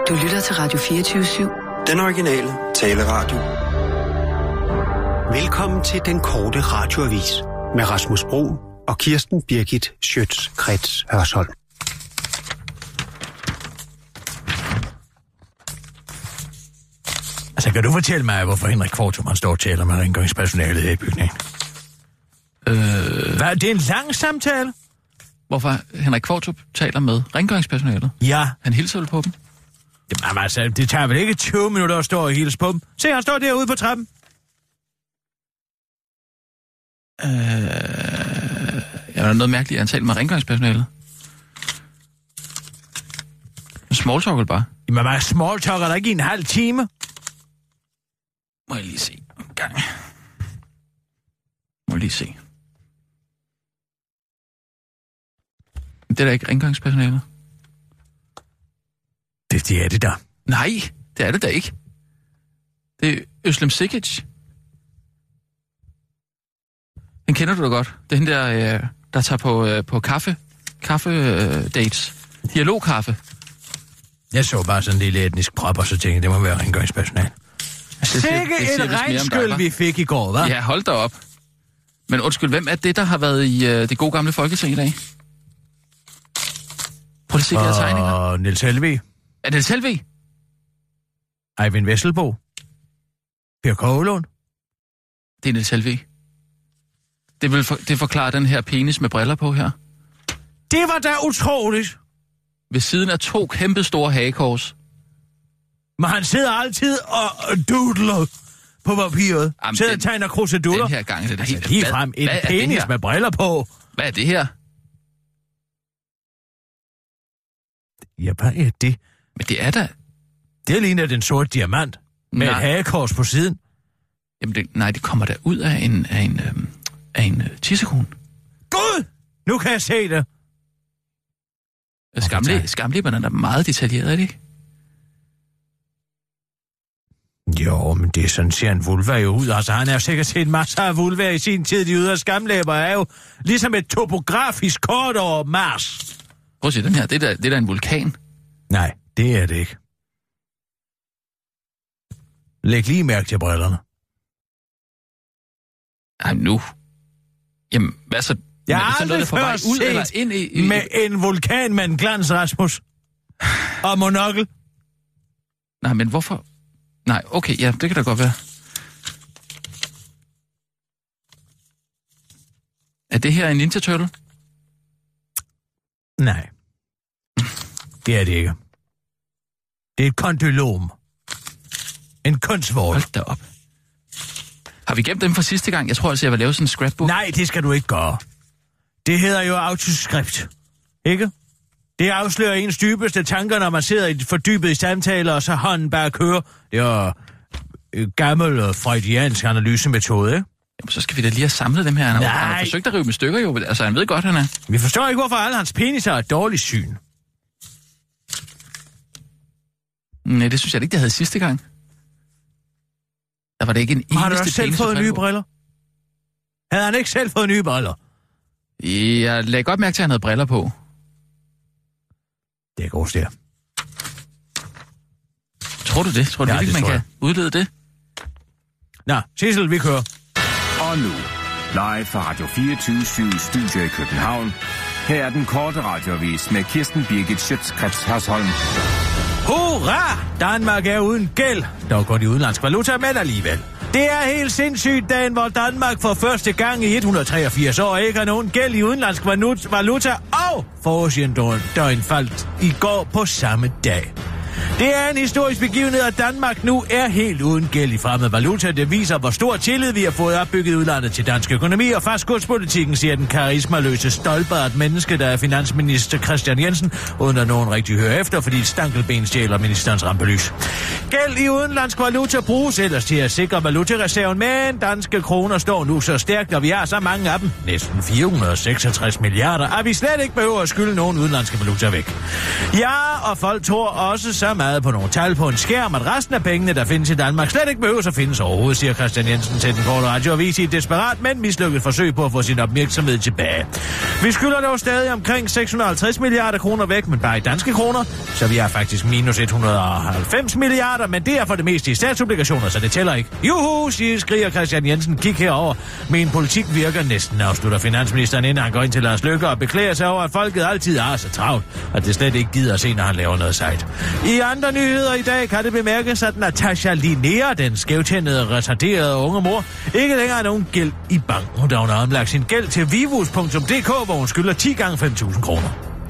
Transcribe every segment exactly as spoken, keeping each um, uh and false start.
Du lytter til Radio fireogtyve syv. Den originale taleradio. Velkommen til den korte radioavis med Rasmus Bro og Kirsten Birgit Schøtz-Krets Hørsholm. Altså, kan du fortælle mig, hvorfor Henrik Kvartrup han står og taler med rengøringspersonalet her i bygningen? Øh... Hvad? Det er en lang samtale? Hvorfor Henrik Kvartrup taler med rengøringspersonalet? Ja. Han hilser vel på dem? Jamen altså, det tager vel ikke tyve minutter at stå og hilse på dem? Se, han står derude på trappen. Øh... Jeg er noget mærkeligt, at han taler med rengøringspersonalet. Smalltalk eller bare? Jamen, hvad smalltalk er der ikke i en halv time? Må jeg lige se en gang. Må jeg lige se. Det er da ikke rengøringspersonalet. Det, det er det der. Nej, det er det da ikke. Det er Özlem Sikic. Den kender du da godt. Det er hende der, der tager på, på kaffe. Kaffe-dates. Dialogkaffe. Jeg så bare sådan en lille etnisk prop, og så tænkte jeg, det må være rengøringspersonale. Sikke en regnskyld, vi fik i går, hva'? Ja, hold da op. Men undskyld, hvem er det, der har været i uh, det gode gamle Folketing i dag? Prøv at se de her tegninger. Og Niels Helvig. Er det Niels Helvig? Eivind Vesselbo. Per Kålund. Det er Niels Helvig. Det vil for, det forklarer den her penis med briller på her. Det var da utroligt. Ved siden af to kæmpe store hagekors. Men han sidder altid og doodler på papiret. Jamen, sidder den, og tegner kruseduller. Den her gang er det altså, helt... lige frem en penis med briller på. Hvad er det her? Ja, hvad er det? Men det er da... Det ligner den sorte diamant. Med nej. Et hagekors på siden. Jamen, det, nej, det kommer der ud af en, af en, øhm, af en øh, tissekone. Gud! Nu kan jeg se det. Skamle, skamlæberne er da meget detaljeret, er det ikke? Jo, men det er sådan, ser en vulva jo ud. Altså, han har jo sikkert set masser af vulva i sin tid. De ydre skamlæber er jo ligesom et topografisk kort over Mars. Prøv at se, den her, det er da, det er da en vulkan. Nej, det er det ikke. Læg lige mærke til brillerne. Ej, nu. Jamen, hvad så? Jeg har aldrig før set ind i, i... med en vulkan med en glans, Rasmus. Og monokkel. Nej, men hvorfor? Nej, okay, ja, det kan da godt være. Er det her en Ninja Turtle? Nej. Det er det ikke. Det er et kondylom. En kunstvogn. Hold da op. Har vi gemt dem fra sidste gang? Jeg tror altså, jeg vil lave sådan en scrapbook. Nej, det skal du ikke gøre. Det hedder jo autoskript. Ikke? Det afslører ens dybeste tanker, når man sidder i fordybet i samtaler, og så hånden bare kører. Det er en gammel freudiansk analysemetode, ikke? Jamen, så skal vi da lige have samlet dem her. Han har, han har forsøgt at rive med stykker, jo. Altså, han ved godt, han er. Vi forstår ikke, hvorfor alle hans peniser er et dårligt syn. Nej, det synes jeg ikke, det havde sidste gang. Der var det ikke en eneste penis. Har du også selv fået nye briller? Havde han ikke selv fået nye briller? Jeg lagde godt mærke til, at han havde briller på. Det er godt, der. Tror du det? Tror du ja, virkelig, man kan udlede det? Nå, Sissel, vi kører. Og nu, live fra Radio fireogtyve syv Studio i København. Her er den korte radioavis med Kirsten Birgit Schøtz-Krets Hørsholm. Hurra! Danmark er uden gæld. Dog går de udenlandsk valuta med alligevel. Det er helt sindssygt dagen, hvor Danmark for første gang i et hundrede og treogfirs år ikke har nogen gæld i udenlandsk valuta, og forårsjendøren faldt i går på samme dag. Det er en historisk begivenhed, at Danmark nu er helt uden gæld i fremmed valuta. Det viser, hvor stor tillid vi har fået opbygget udlandet til dansk økonomi og fastkurspolitikken, siger den karismaløse stolpert menneske, der er finansminister Kristian Jensen, uden at nogen rigtig hører efter, fordi et stankelben stjæler ministerens rampelys. Gæld i udenlandsk valuta bruges ellers til at sikre valutareserven, men danske kroner står nu så stærkt, og vi har så mange af dem, næsten fire hundrede og seksogtres milliarder, at vi slet ikke behøver at skylde nogen udenlandske valuta væk. Ja, og folk tror også så meget på nogle tal på en skærm, at resten af pengene, der findes i Danmark, slet ikke behøver at findes overhovedet, siger Christian Jensen til den korte radioavis i et desperat, men mislykket forsøg på at få sin opmærksomhed tilbage. Vi skylder dog stadig omkring seks hundrede og halvtreds milliarder kroner væk, men bare i danske kroner, så vi er faktisk minus et hundrede og halvfems milliarder, men det er for det meste i statsobligationer, så det tæller ikke. Juhu, siger, skriger Christian Jensen, kig herover. Min politik virker næsten, afslutter finansministeren, inden han går ind til Lars Løkke og beklager sig over, at folket altid har så travlt, at det slet ikke gider at se, når han laver noget sejt. I andre nyheder i dag kan det bemærkes, at Natasha Linnea, den skævtændede, retarderede unge mor, ikke længere har nogen gæld i banken, da hun har omlagt sin gæld til vivus punktum d k, hvor hun skylder ti gange fem tusind kroner.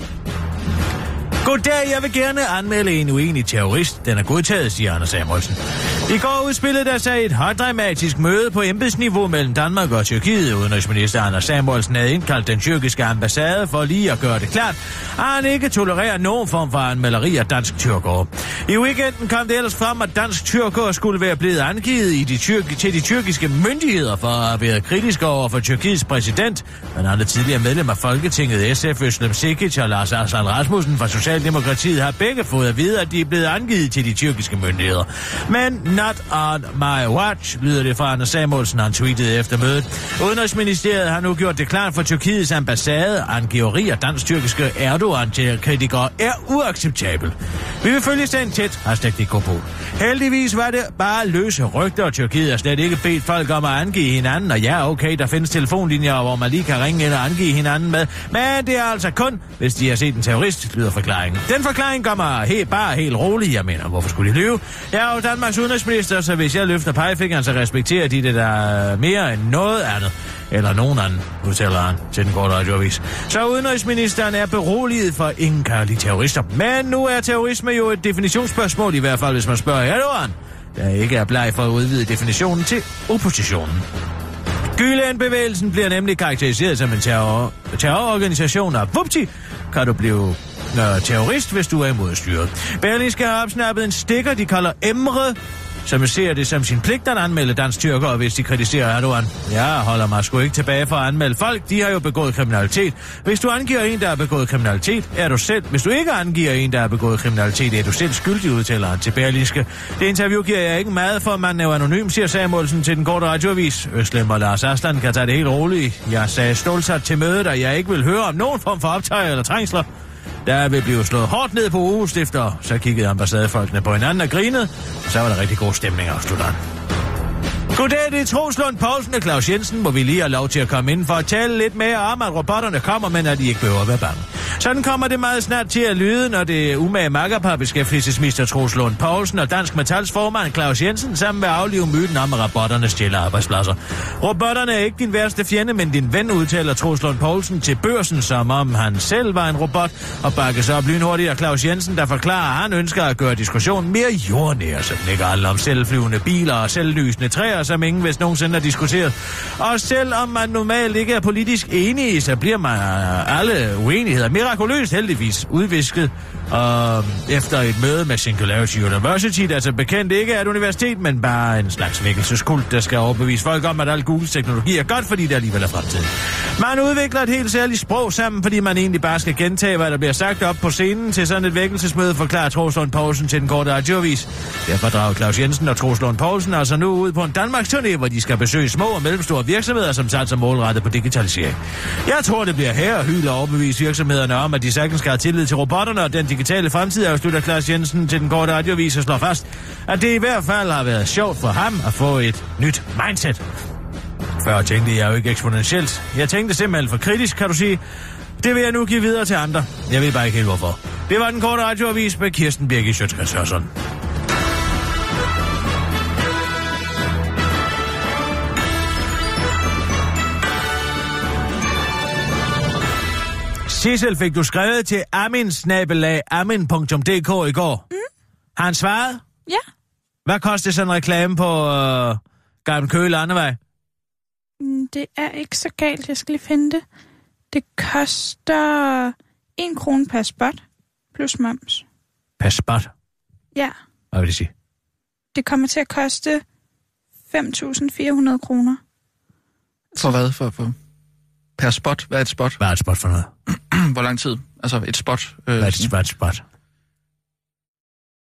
Goddag, jeg vil gerne anmelde en uenig terrorist. Den er godtaget, siger Anders Samuelsen. I går udspillede der sig et højdramatisk møde på embedsniveau mellem Danmark og Tyrkiet. Udenrigsminister Anders Samuelsen havde indkaldt den tyrkiske ambassade for lige at gøre det klart, at han ikke tolererer nogen form for anmelderi af dansk-tyrkere. I weekenden kom det ellers frem, at dansk-tyrkere skulle være blevet angivet i de tyrk- til de tyrkiske myndigheder for at have været kritiske over for Tyrkiets præsident, men han er tidligere medlem af Folketinget, S F, Özlem Cekic og Lars Aslan Rasmussen fra Socialdemokratiet har begge fået at vide, at de er blevet angivet til de tyrkiske myndigheder. Men not on my watch, lyder det fra Anders Samuelsen, han tweetede efter mødet. Udenrigsministeriet har nu gjort det klart for Tyrkiets ambassade, angiveri af dansk-tyrkiske Erdogan-kritikere er uacceptabel. Vi vil følge sagen tæt, har stegt i på. Heldigvis var det bare løse rygter, og Tyrkiet har slet ikke bedt folk om at angive hinanden, og ja, okay, der findes telefonlinjer, hvor man lige kan ringe eller angive hinanden med, men det er altså kun, hvis de har set en terrorist, lyder forklaringen. Den forklaring kommer he- bare helt roligt, jeg mener, hvorfor skulle de lyve? Jeg er jo Danmarks udenrigsminister, så hvis jeg løfter pegefingeren, så respekterer de det der mere end noget andet. Eller nogen anden, udtaler han til den korte radioavis. Så udenrigsministeren er beroliget for ingen kan lide terrorister. Men nu er terrorisme jo et definitionsspørgsmål, i hvert fald hvis man spørger Erdogan, der ikke er bleg for at udvide definitionen til oppositionen. Gülen-bevægelsen bliver nemlig karakteriseret som en terror- terrororganisation, og vupti, kan du blive øh, terrorist, hvis du er imod styret. Berlingske har opsnappet en stikker, de kalder Emre, som ser det som sin pligt at anmelde dansk-tyrkere, hvis de kritiserer Erdogan. Jeg holder mig sgu ikke tilbage for at anmelde folk. De har jo begået kriminalitet. Hvis du angiver en, der har begået kriminalitet, er du selv. Hvis du ikke angiver en, der har begået kriminalitet, er du selv skyldig, udtaler han til Berlingske. Det interview giver jeg ikke meget for, man er anonym, siger Samuelsen til den korte radioavis. Özlem og Lars Aslan kan tage det helt roligt. Jeg sagde stålsat til mødet, at jeg ikke vil høre om nogen form for optøj eller trængsler. Der vil blive slået hårdt ned på ugestifter. Så kiggede ambassadefolkene på hinanden og grinede, og så var der rigtig god stemning, afslutter han. Goddag, det er Troels Lund Poulsen og Claus Jensen, hvor vi lige har lov til at komme ind for at tale lidt mere om, at robotterne kommer, men at de ikke behøver at være bange. Sådan kommer det meget snart til at lyde, når det umage makkerpar beskæftigelsesminister Troels Lund Poulsen og Dansk Metals formand Claus Jensen sammen med at aflive myten om, at robotterne stjæler arbejdspladser. Robotterne er ikke din værste fjende, men din ven, udtaler Troels Lund Poulsen til Børsen, som om han selv var en robot, og bakkes op lynhurtigt af Claus Jensen, der forklarer, at han ønsker at gøre diskussionen mere jordnær, så den ikke handler om selvflyvende biler og selvlysende træer, som ingen vist nogensinde har diskuteret. Og selvom man normalt ikke er politisk enige, så bliver man alle uenigheder mirakuløst heldigvis udvisket og efter et møde med Singularity University, der så bekendt ikke er et universitet, men bare en slags vækkelseskult, der skal overbevise folk om, at al Googles teknologi er godt, fordi det alligevel er fremtiden. Man udvikler et helt særligt sprog sammen, fordi man egentlig bare skal gentage, hvad der bliver sagt op på scenen til sådan et vækkelsesmøde, forklarer Troels Lund Poulsen til den korte radioavis. Derfor drager Claus Jensen og Troels Lund Poulsen altså nu ud på en Danmarks turné, hvor de skal besøge små og mellemstore virksomheder, som satser målrettet på digitalisering. Jeg tror, det bliver her og hylde og overbevise virksomhederne om, at de sagtens skal have tillid til robotterne og den digitale fremtid, afslutter Claus Jensen til den korte radioavis og slår fast, at det i hvert fald har været sjovt for ham at få et nyt mindset. Før tænkte jeg jo ikke eksponentielt. Jeg tænkte simpelthen for kritisk, kan du sige. Det vil jeg nu give videre til andre. Jeg ved bare ikke helt hvorfor. Det var den korte radioavis med Kirsten Birgit Schøtz-Krets Hørsholm. Sissel, fik du skrevet til amin snabel-a amin punktum d k i går? Mm. Har han svaret? Ja. Hvad koster sådan en reklame på øh, Gamle Køge Landevej? Mm, det er ikke så galt, jeg skal lige finde det. Det koster en krone per spot, plus moms. Per spot? Ja. Hvad vil det sige? Det kommer til at koste fem tusind fire hundrede kroner. For hvad? For, for? Per spot? Hvad er et spot? Hvad er et spot for noget? Hvor lang tid? Altså et spot? Øh, Hvad er et spot? spot?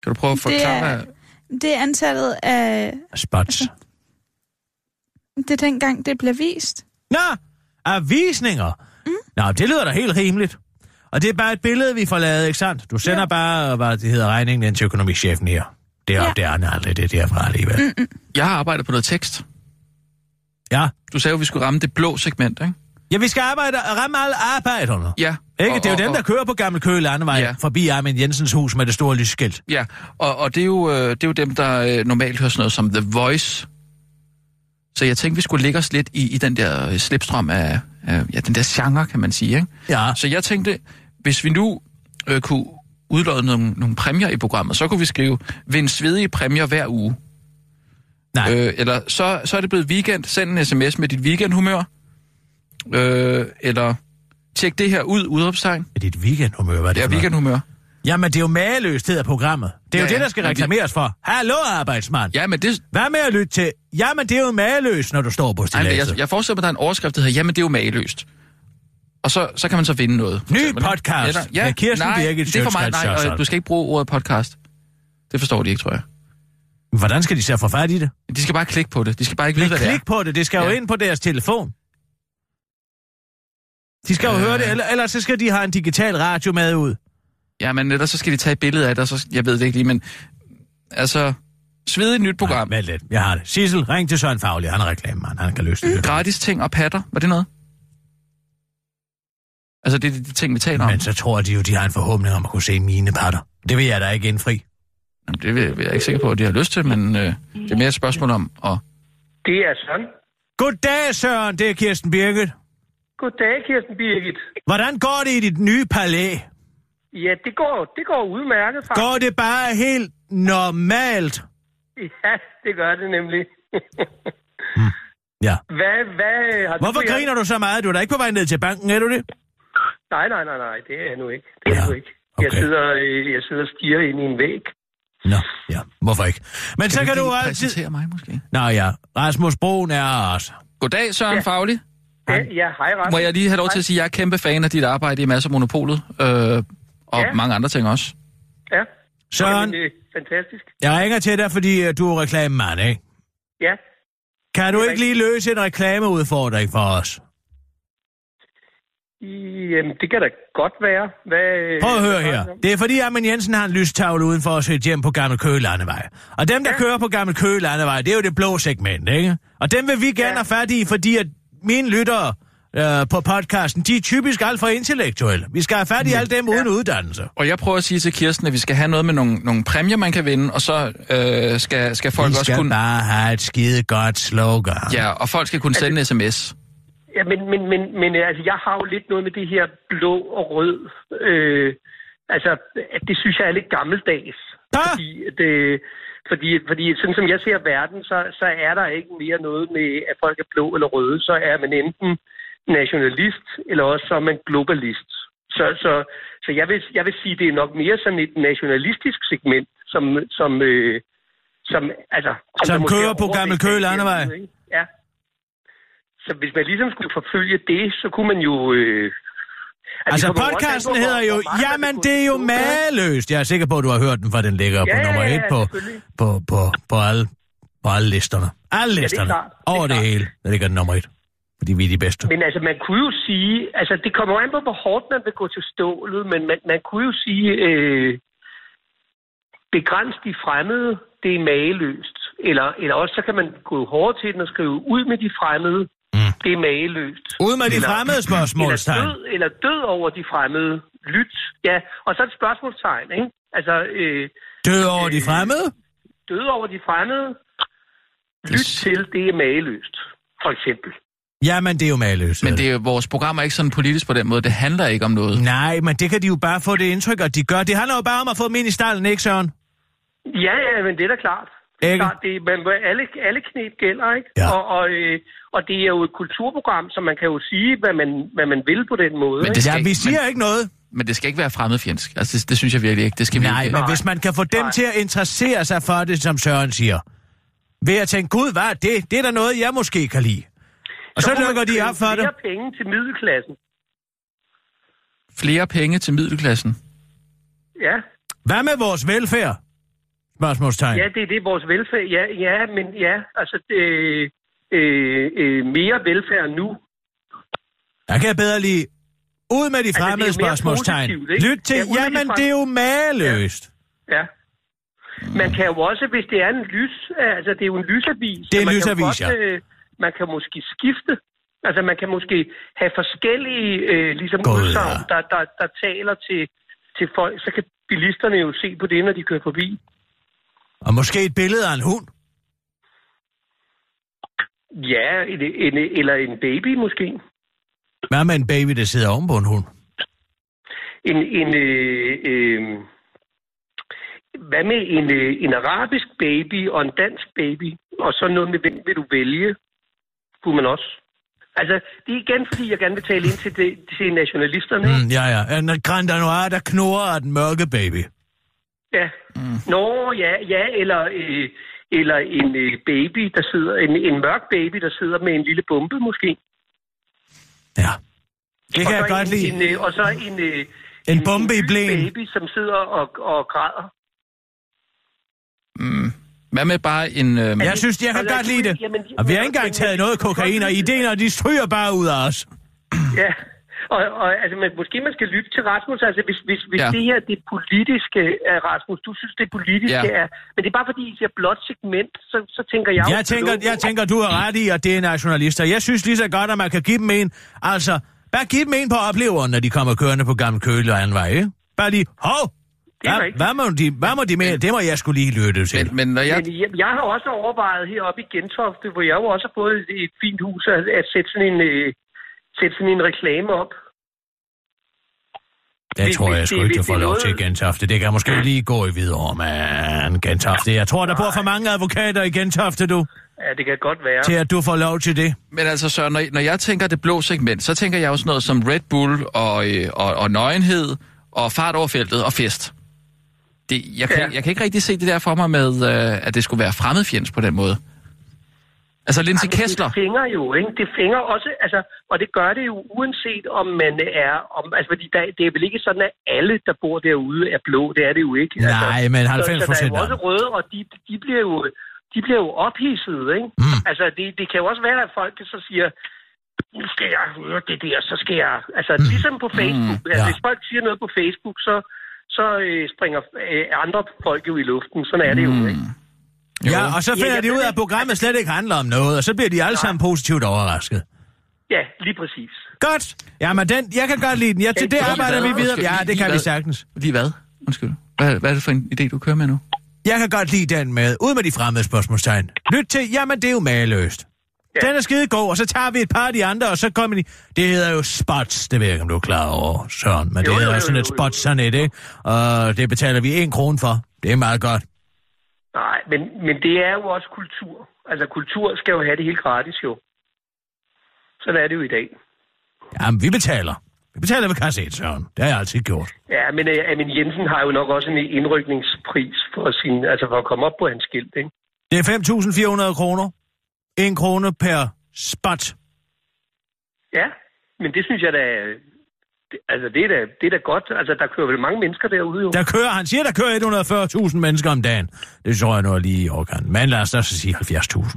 Kan du prøve at forklare, det er, hvad... det er antallet af... Spots. Det er dengang, det bliver vist. Nå, af visninger. Mm. Nå, det lyder da helt rimeligt. Og det er bare et billede, vi får lavet, ikke sandt? Du sender ja. bare, hvad det hedder, regningen ind til økonomichefen her. Det er, ja. det er aldrig det derfra alligevel. Mm-mm. Jeg har arbejdet på noget tekst. Ja. Du sagde jo, vi skulle ramme det blå segment, ikke? Ja, vi skal arbejde og ramme alle arbejderne. Ja. Ikke? Og, det er jo og, dem, der og, kører på Gammel Køge Landevej ja. forbi Armin Jensens hus med det store lysskilt. Ja, og, og det, er jo, øh, det er jo dem, der øh, normalt hører sådan noget som The Voice. Så jeg tænkte, vi skulle lægge os lidt i, i den der slipstrøm af, af ja, den der genre, kan man sige, ikke? Ja. Så jeg tænkte, hvis vi nu øh, kunne udlåde nogle, nogle præmier i programmet, så kunne vi skrive, vind svedige præmier hver uge. Nej. Øh, eller så, så er det blevet weekend, send en sms med dit weekendhumør. Øh, eller tjek det her ud, udråbstegn. Er dit weekendhumør, hvad er det Ja, for noget? weekendhumør. Jamen, det er jo mageløst, af programmet. Det er Ja, jo det, ja. der skal Men reklameres for. Hallo, arbejdsmand. Ja, men det... Hvad med at lytte til? Jamen, det er jo mageløst, når du står på Ej, men stiladset. jeg, jeg forestiller mig, at der er en overskrift, der hedder, jamen det er jo mageløst. Og så, så kan man så vinde noget. Ny eksempel, podcast eller, ja, med Kirsten nej, Birgit det er for mig, Sjøtskreds nej, Hørsholm. og du skal ikke bruge ordet podcast. Det forstår de ikke, tror jeg. Hvordan skal de så få fat i det? De skal bare klikke på det. De skal bare ikke vide, hvad det er. Klik på det, det skal jo Ja. ind på deres telefon. De skal jo Øh. høre det, eller, ellers så skal de have en digital radio med ud. Ja, men ellers så skal de tage et billede af det, og så, jeg ved det ikke lige, men altså, svedigt nyt program. Nej, vent lidt, jeg har det. Sissel, ring til Søren Fagli, han er reklamemand, han kan løse det. Gratis ting og patter, var det noget? Altså, det er de, de ting, vi taler om. Men så tror de jo, de har en forhåbning om at kunne se mine patter. Det vil jeg da ikke indfri. Jamen, det er jeg ikke sikker på, at de har lyst til, men øh, det er mere et spørgsmål om at... Det er sådan. Goddag, Søren, det er Kirsten Birgit. Goddag, Kirsten Birgit. Hvordan går det i dit nye palæ? Ja, det går, det går udmærket, faktisk. Går det bare helt normalt? Ja, det gør det nemlig. hmm. Ja. Hvad, hvad har du... Hvorfor griner du så meget? Du er da ikke på vej ned til banken, er du det? Nej, nej, nej, nej, det er jeg nu ikke. Det er ja. jeg nu ikke. Okay. Jeg sidder, jeg sidder og stiger ind i en væg. Nå, ja, hvorfor ikke? Men kan så du kan du lige altid... præsentere mig, måske? Nå ja, Rasmus Broen er også. Goddag, Søren Ja. Fagli. Ja, ja, hej, Rasmus. Må jeg lige have lov til at sige, at jeg er kæmpe fan af dit arbejde i Mads og Monopolet, øh, og Ja. mange andre ting også. Ja. Søren, Jamen, det er fantastisk. jeg ringer til dig, fordi uh, du er reklamemand, ikke? Ja. Kan du Det er ikke lige løse en reklameudfordring for os? Jamen, det kan da godt være. Hvad, Prøv at høre hvad her. Det er fordi, Armin Jensen har en lystavle uden for os et hjem på Gammel Køge Landevej. Og dem, der ja. kører på Gammel Køge Landevej, det er jo det blå segment, ikke? Og dem vil vi gerne ja. have fat i, fordi at mine lyttere øh, på podcasten, de er typisk alt for intellektuelle. Vi skal have fat i ja. alle dem uden ja. uddannelse. Og jeg prøver at sige til Kirsten, at vi skal have noget med nogle, nogle præmier, man kan vinde, og så øh, skal, skal folk vi også skal kunne... bare have et skide godt slogan. Ja, og folk skal kunne sende en sms. Ja, men, men, men, men altså, jeg har jo lidt noget med det her blå og rød. Øh, altså, det synes jeg er lidt gammeldags. Ah! Fordi, det, fordi, fordi sådan som jeg ser verden, så, så er der ikke mere noget med, at folk er blå eller røde. Så er man enten nationalist, eller også så er man globalist. Så, så, så jeg, vil, jeg vil sige, det er nok mere sådan et nationalistisk segment, som, som, øh, som, altså, som, Som kører på Gammel Køge Landevej. Ja. Så hvis man ligesom skulle forfølge det, så kunne man jo... Øh, altså, podcasten hedder jo, jamen det er jo mageløst. Jeg er sikker på, at du har hørt den, for den ligger ja, på nummer ja, et ja, på, på, på, på, alle, på alle listerne. Alle listerne. Ja, det er Over det, det hele, der ligger den nummer et. Fordi vi er de bedste. Men altså, man kunne jo sige... Altså, det kommer an på, hvor hårdt man vil gå til stålet, men man, man kunne jo sige... Øh, begræns de fremmede, det er mageløst. Eller, eller også så kan man gå hårdt til den og skrive ud med de fremmede, mm. det er mageløst. Ud med de eller, fremmede spørgsmålstegn. Eller død, eller død over de fremmede. Lyt. Ja, og så et spørgsmålstegn, ikke? Altså... Øh, død over øh, de fremmede? Død over de fremmede. Lyt til, det er mageløst. For eksempel. Jamen, det er jo mageløst. Men det er, vores program er ikke sådan politisk på den måde. Det handler ikke om noget. Nej, men det kan de jo bare få det indtryk, at de gør. Det handler jo bare om at få dem ind i stallen, ikke, Søren? Ja, ja, men det er da klart. Det er klart, det, man, alle, alle knep gælder, ikke? Ja. Og, og, øh, og det er jo et kulturprogram, så man kan jo sige, hvad man, hvad man vil på den måde. Men det ikke? skal Ja, vi siger men, ikke noget. Men det skal ikke være fremmedfjendsk. Altså, det, det synes jeg virkelig ikke. Det skal vi Nej, ikke. men hvis man kan få dem Nej. til at interessere sig for det, som Søren siger, ved at tænke, gud, hvad er det? Det er da noget, jeg måske kan lide. Og så, så lukker de op for det. Flere penge til middelklassen. Flere penge til middelklassen. Ja. Hvad med vores velfærd? Spørgsmålstegn. Ja, det er det, vores velfærd. Ja, ja men ja, altså øh, øh, øh, mere velfærd nu. Der kan jeg bedre lide. Ud med de Altså, fremmede det er jo mere spørgsmålstegn. positivt, ikke? Lyt til, Ja, ud med de jamen frem- det er jo mageløst. Ja. ja. Man kan jo også, hvis det er en lys, altså det er jo en lysavis. Det er en så man lysavis, kan jo godt, øh, man kan måske skifte. Altså man kan måske have forskellige øh, ligesom God, udsagn, ja. der, der, der taler til, til folk. Så kan bilisterne jo se på det, når de kører forbi. Og måske et billede af en hund. Ja, en, en, eller en baby måske. Hvad med en baby, der sidder oven på en hund? En, en, øh, øh, hvad med en, øh, en arabisk baby og en dansk baby? Og så noget med, hvem vil du vælge? Kunne man også. Altså, det er igen, fordi jeg gerne vil tale ind til, det, til nationalisterne. Mm, ja, ja. En Grand Danois, der knurrer af den mørke baby. Ja. Mm. Nå, ja, ja, eller, øh, eller en øh, baby, der sidder, en, en mørk baby, der sidder med en lille bombe, måske. Ja. Det kan og jeg godt en, lide. En, øh, og så en... Øh, En bombe en i blæen. baby, som sidder og, og græder. Mm. Hvad med bare en... Øh... Jeg synes, jeg kan godt lide det. Og vi har ikke engang taget noget kokain, og idéerne, de stryger bare ud af os. Ja, og, og altså, man, måske man skal lytte til Rasmus. Altså, hvis, hvis, hvis Ja. det her det politiske er, Rasmus, du synes, det politiske Ja. er... Men det er bare fordi, I siger blot segment, så, så tænker jeg... Jeg tænker, jeg tænker, du har ret i, at det er nationalister. Jeg synes lige så godt, at man kan give dem en... Altså, bare give dem en på opleveren, når de kommer kørende på Gammel Køle og anden vej, ikke? Bare lige, hov! Det er Hvad, rigtigt. hvad, må de, hvad må de med? Det må jeg skulle lige lytte til. Men, men når jeg... Men jeg, jeg har også overvejet heroppe i Gentofte, hvor jeg jo også har fået et, et fint hus, at, at sætte, sådan en, øh, sætte sådan en reklame op. Det Hvis- tror jeg hvis sgu det- ikke, du hvis får det er lov noget- til i Gentofte. Det kan måske lige gå i videre, men Gentofte. Jeg tror, der bor for mange advokater i Gentofte, du, Ja, det kan godt være. til at du får lov til det. Men altså, så når, når jeg tænker det blå segment, så tænker jeg også noget som Red Bull og, øh, og, og nøgenhed og fart over feltet og fest. Det, jeg, kan, Ja. jeg kan ikke rigtig se det der for mig med, øh, at det skulle være fremmedfjends på den måde. Altså Lindsay Jamen, Kessler. Det fænger jo, ikke? Det fænger også, altså, og det gør det jo uanset om man er, om, altså fordi der, det er vel ikke sådan, at alle, der bor derude, er blå. Det er det jo ikke. Altså, Nej, men halvfems så, så der er procent jo af også dem. røde, og de, de bliver jo, de bliver jo ophidsede, ikke? Mm. Altså, det, det kan jo også være, at folk så siger, nu skal jeg høre det der, så skal jeg, altså, Mm. ligesom på Facebook. Mm, Altså, ja. hvis folk siger noget på Facebook, så, så øh, springer øh, andre folk jo i luften. Sådan er det jo, ikke? Ja, og så Ja, finder jeg de ved ud af, ikke. at programmet slet ikke handler om noget, og så bliver de alle sammen positivt overrasket. Ja, lige præcis. Godt. Jamen, den, jeg kan godt lide den. Jeg, til det Lige arbejder vi hvad? videre. Undskyld, Ja, lige- det kan lige vi hvad? sagtens. Lige hvad? Undskyld. Hvad, hvad er det for en idé, du kører med nu? Jeg kan godt lide den med, ud med de fremmede spørgsmålstegn. Lyt til, jamen det er jo mageløst. Ja. Den er skide god, og så tager vi et par af de andre, og så kommer de... Det hedder jo spots, det ved jeg ikke, om du er klar over, Søren. Men Jo, det jo, hedder jo, sådan jo, et jo. spot sådan et, ikke? Og det betaler vi en krone for. Det er meget godt. Nej, men, men det er jo også kultur. Altså, kultur skal jo have det helt gratis, jo. Sådan er det jo i dag. Jamen, vi betaler. Vi betaler ved kasse et, Søren. Det har jeg altid gjort. Ja, men uh, Amin Jensen har jo nok også en indrykningspris for, sin, altså for at komme op på hans skilt, ikke? Det er fem tusind fire hundrede kroner. En krone per spot. Ja, men det synes jeg da... det- Altså, det er da, det er da godt. Altså, der kører vel mange mennesker derude, jo. Der kører, han siger, der kører et hundrede og fyrre tusind mennesker om dagen. Det tror jeg nu er lige i overkanten. Men lad os da så sige halvfjerds tusind.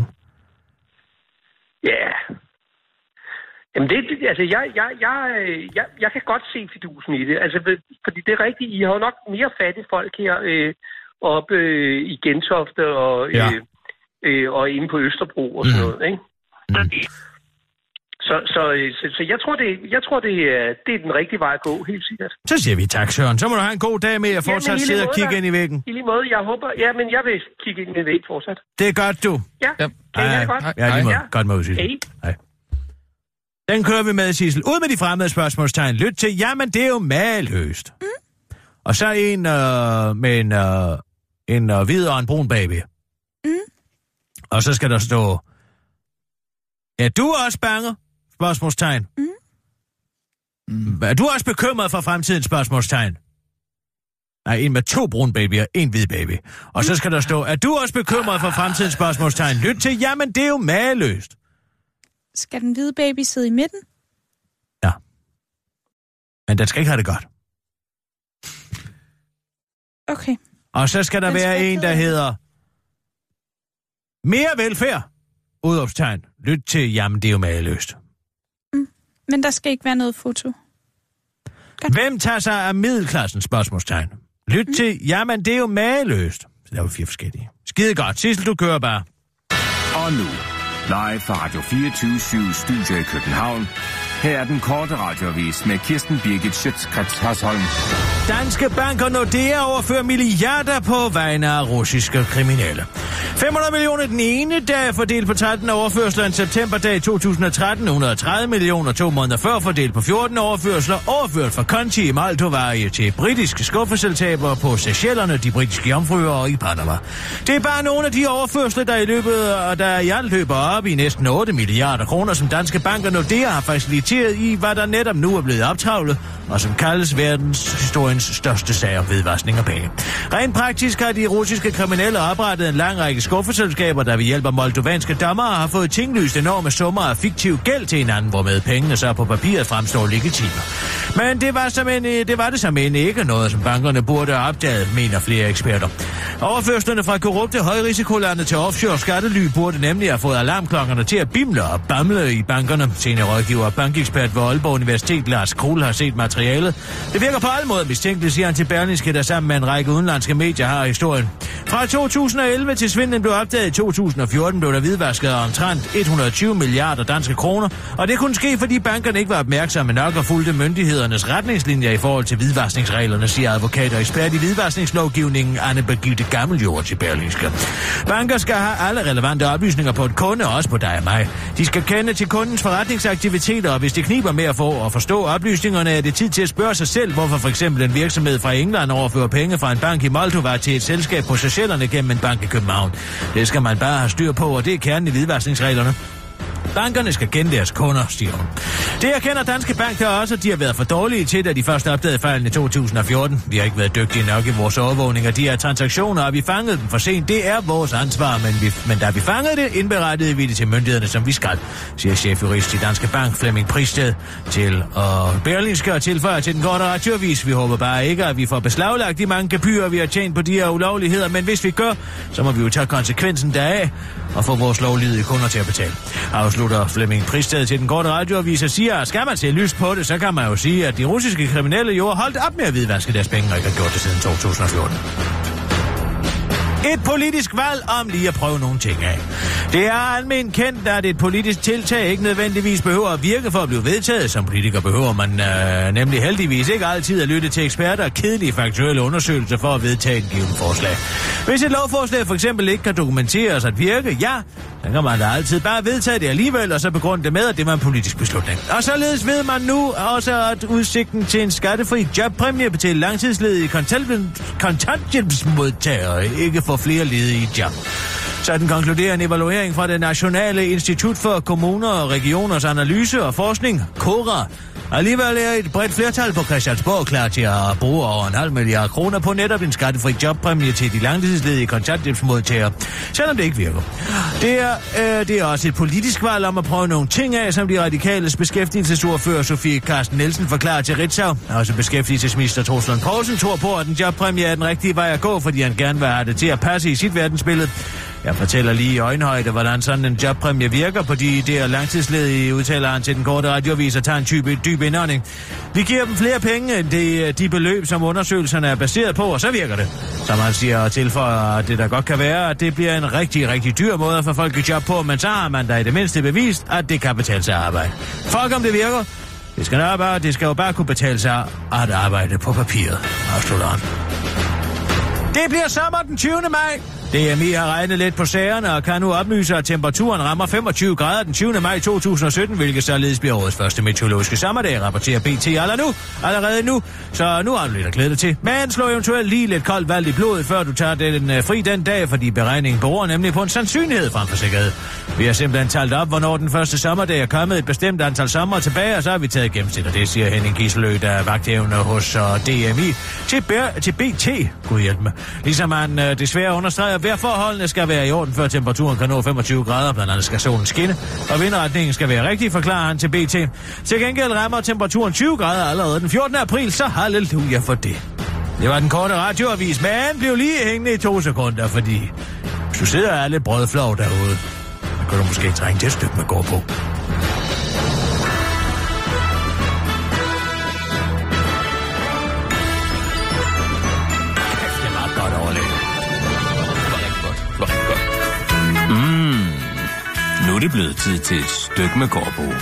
Ja. Jamen, det, det- altså, jeg, jeg, jeg, jeg, jeg kan godt se fidusen i det. Altså, ved- fordi det er rigtigt, I har jo nok mere fattige folk her øh, oppe øh, i Gentofte og, Ja. øh, øh, og inde på Østerbro og sådan Mm. noget, ikke? Mm. Så, så, øh, så, så jeg tror, det, jeg tror det, er, det er den rigtige vej at gå, helt sikkert. Så siger vi tak, Søren. Så må du have en god dag med at fortsat Jamen, i lige sidde og måde, kigge da. ind i væggen. I lige måde, jeg håber... Ja, men jeg vil kigge ind i væg fortsat. Det er godt, du. Ja, Ja. kan I have det godt? Hej. Ja, lige måde. Ja. Godt med Sissel. Hej. Hej. Den kører vi med, Sissel. Ud med de fremmede spørgsmålstegn. Lyt til, jamen det er jo mageløst. Mm. Og så en øh, med en, øh, en øh, hvid og en brun baby. Mm. Og så skal der stå, er du også bange? Spørgsmålstegn. Mm. Mm. Er du også bekymret for fremtidens spørgsmålstegn? Nej, en med to brune babyer, en hvid baby. Og så skal der stå, er du også bekymret for fremtidens spørgsmålstegn? Lyt til, jamen det er jo mageløst. Skal den hvide baby sidde i midten? Ja. Men den skal ikke have det godt. Okay. Og så skal der Den være skal en, der hedde- hedder mere velfærd. Udopstegn. Lyt til, jamen det er jo mageløst. Men der skal ikke være noget foto. Hvem tager sig af middelklassen? Spørgsmålstegn. Lyt mm. til, jamen det er jo mageløst. Så der er jo fire forskellige. Skide godt. Sissel, du kører bare. Og nu, live fra Radio fireogtyve syv Studio i København. Her er den korte radioavis med Kirsten Birgit Schøtz-Krets Hørsholm. Danske banker Nordea overfører milliarder på vegne af russiske kriminelle. fem hundrede millioner den ene dag fordelt på tretten overførsler en septemberdag to tusind og tretten, et hundrede og tredive millioner to måneder før fordelt på fjorten overførsler, overført fra Conti i Moldova til britiske skuffeselskaber på Seychellerne, de britiske jomfruer og i Panama. Det er bare nogle af de overførsler, der i løbet af der i alt løber op i næsten otte milliarder kroner, som danske banker Nordea har faciliteret i, hvad der netop nu er blevet optravlet, og som kaldes verdenshistoriens største sag om hvidvaskning af penge. Rent praktisk har de russiske kriminelle oprettet en lang række skuffeselskaber, der ved hjælp af moldovanske dommere har fået tinglyst enorme summer af fiktiv gæld til hinanden, hvormed pengene så på papiret fremstår legitime. Men det var, som en, det var det som en ikke noget, som bankerne burde have opdaget, mener flere eksperter. Overførslerne fra korrupte højrisikolande til offshore skattely burde nemlig have fået alarmklokkerne til at bimle og bamle i bankerne. Senior rådgiver og bankekspert ved Aalborg Universitet, Lars Krohl, har set materialet. Det virker på alle måder mistænkeligt, siger han til Berlingske, der sammen med en række udenlandske medier har historien. Fra to tusind og elleve til svindlen blev opdaget i to tusind og fjorten, blev der hvidvasket omtrent et hundrede og tyve milliarder danske kroner, og det kunne ske, fordi bankerne ikke var opmærksomme nok og fulgte myndighedernes retningslinjer i forhold til hvidvaskningsreglerne, siger advokat og ekspert i hvidvaskningslovgivningen Anne Birgitte Gammeljord til Berlingske. Banker skal have alle relevante oplysninger på et kunde, og også på dig og mig. De skal kende til kundens forretningsaktiviteter, og hvis det kniber med at få at forstå oplysningerne, er det tid til at spørge sig selv, hvorfor for eksempel en virksomhed fra England overfører penge fra en bank i Moldova til et selskab på Seychellerne gennem en bank i København. Det skal man bare have styr på, og det er kernen i hvidvaskningsreglerne. Bankerne skal kende deres kunder, siger hun. Det erkender Danske Bank der også, at de har været for dårlige til, da de først opdagede fejlen i to tusind og fjorten. Vi har ikke været dygtige nok i vores overvågning af de her transaktioner, og vi fangede dem for sent. Det er vores ansvar, men, vi, men da vi fangede det, indberettede vi det til myndighederne, som vi skal, siger chefjurist i Danske Bank, Flemming Pristed, til og Berlingske og tilføjer til den korte radioavis. Vi håber bare ikke, at vi får beslaglagt de mange gebyrer, vi har tjent på de her ulovligheder, men hvis vi gør, så må vi jo tage konsekvensen deraf og få vores lovlydige kunder til at betale. Afslutter Flemming Pristed til den korte radioavis og siger, at skal man se lyst på det, så kan man jo sige, at de russiske kriminelle jo har holdt op med at hvidvaske deres penge, og ikke har gjort det siden to tusind og fjorten. Et politisk valg om lige at prøve nogle ting af. Det er almen kendt, at et politisk tiltag ikke nødvendigvis behøver at virke for at blive vedtaget. Som politiker behøver man øh, nemlig heldigvis ikke altid at lytte til eksperter og kedelige faktuelle undersøgelser for at vedtage et givet forslag. Hvis et lovforslag for eksempel ikke kan dokumenteres at virke, ja, så kan man da altid bare vedtage det alligevel, og så begrunde det med, at det var en politisk beslutning. Og således ved man nu også, at udsigten til en skattefri jobpræmie til langtidsledige kontanthjælpsmodtagere ikke får flere ledige job. Så den konkluderer en evaluering fra det Nationale Institut for Kommuner og Regioners Analyse og Forskning, KORA. Alligevel er et bredt flertal på Christiansborg klar til at bruge over en halv milliard kroner på netop en skattefri jobpræmie til de langtidsledige kontanthjælpsmodtagere, selvom det ikke virker. Det er, øh, det er også et politisk valg om at prøve nogle ting af, som de radikales beskæftigelsesordfører Sofie Carsten Nielsen forklarer til Ritzau. Også beskæftigelsesminister Troels Lund Poulsen tror på, at en jobpræmie er den rigtige vej at gå, fordi han gerne vil have det til at passe i sit verdensbillede. Jeg fortæller lige i øjenhøjde, hvordan sådan en jobpræmie virker på de der langtidsledige, udtaler han til den korte radioavis og tager en type, dyb indånding. Vi giver dem flere penge end de, de beløb, som undersøgelserne er baseret på, og så virker det. Som han siger og tilføjer, at det der godt kan være, at det bliver en rigtig, rigtig dyr måde at få folk i job på, men så har man da i det mindste bevist, at det kan betale sig at arbejde. Folk om det virker, det skal, bare, det skal jo bare kunne betale sig at arbejde på papiret, afslutter han. Det bliver sommer den tyvende maj. D M I har regnet lidt på sagerne og kan nu oplyse, at temperaturen rammer femogtyve grader den tyvende maj to tusind og sytten, hvilket således bliver årets første meteorologiske sommerdag, rapporterer B T allerede nu, allerede nu. Så nu har du lidt at glæde dig til. Men slå eventuelt lige lidt koldt vand i blodet, før du tager den fri den dag, fordi beregningen beror nemlig på en sandsynlighed frem for sikkerhed. Vi har simpelthen talt op, hvornår den første sommerdag er kommet et bestemt antal sommer tilbage, og så har vi taget gennemsnit, og det siger Henning Giselø, der er vagthævende hos D M I til, B- til B T. Gud hjælp mig. Ligesom han øh, desværre understreger, at vejrforholdene skal være i orden, før temperaturen kan nå femogtyve grader, blandt andet skal solen skinne, og vindretningen skal være rigtig, forklarer han til B T. Til gengæld rammer temperaturen tyve grader allerede den fjortende april, så halleluja for det. Det var den korte radioavis, men blev lige hængende i to sekunder, fordi hvis du sidder og er lidt brødflov derude, så kan du måske trænge til et stykke med gå på. Det var godt overlæg. Det var rigtig godt. Det var rigtig godt. Mm. Nu er det blevet tid til et stykke med gå på.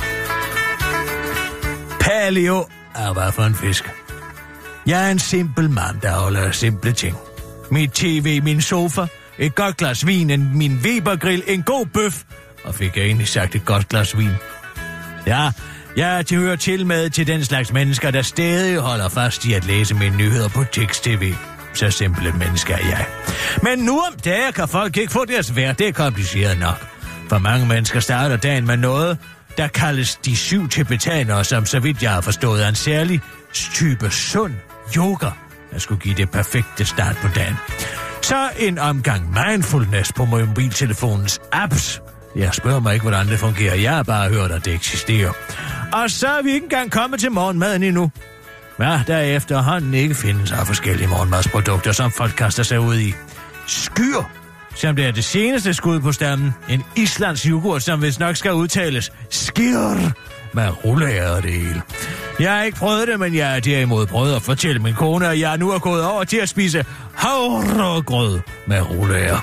Paleo er hvad for en fisk? Jeg er en simpel mand, der holder simple ting. Mit tv, min sofa, et godt glas vin, en, min Weber-grill, en god bøf. Og fik jeg egentlig sagt et godt glas vin. Ja, jeg hører til med til den slags mennesker, der stadig holder fast i at læse mine nyheder på tekst-tv. Så simple mennesker er jeg. Men nu om dagen kan folk ikke få deres hverdag kompliceret nok. For mange mennesker starter dagen med noget, der kaldes de syv tibetanere, som så vidt jeg har forstået er en særlig type sund yoga, der skulle give det perfekte start på dagen. Så en omgang mindfulness på mobiltelefonens apps. Jeg spørger mig ikke, hvordan det fungerer. Jeg har bare hørt, at det eksisterer. Og så er vi ikke engang kommet til morgenmaden endnu. Ja, der efterhånden ikke findes af forskellige morgenmadsprodukter, som folk kaster sig ud i. Skyr, som det er det seneste skud på stammen. En islandsk yoghurt, som vist nok skal udtales skir, med rullager og det hele. Jeg har ikke prøvet det, men jeg er derimod prøvet at fortælle min kone, at jeg nu er gået over til at spise havregrød med rullager.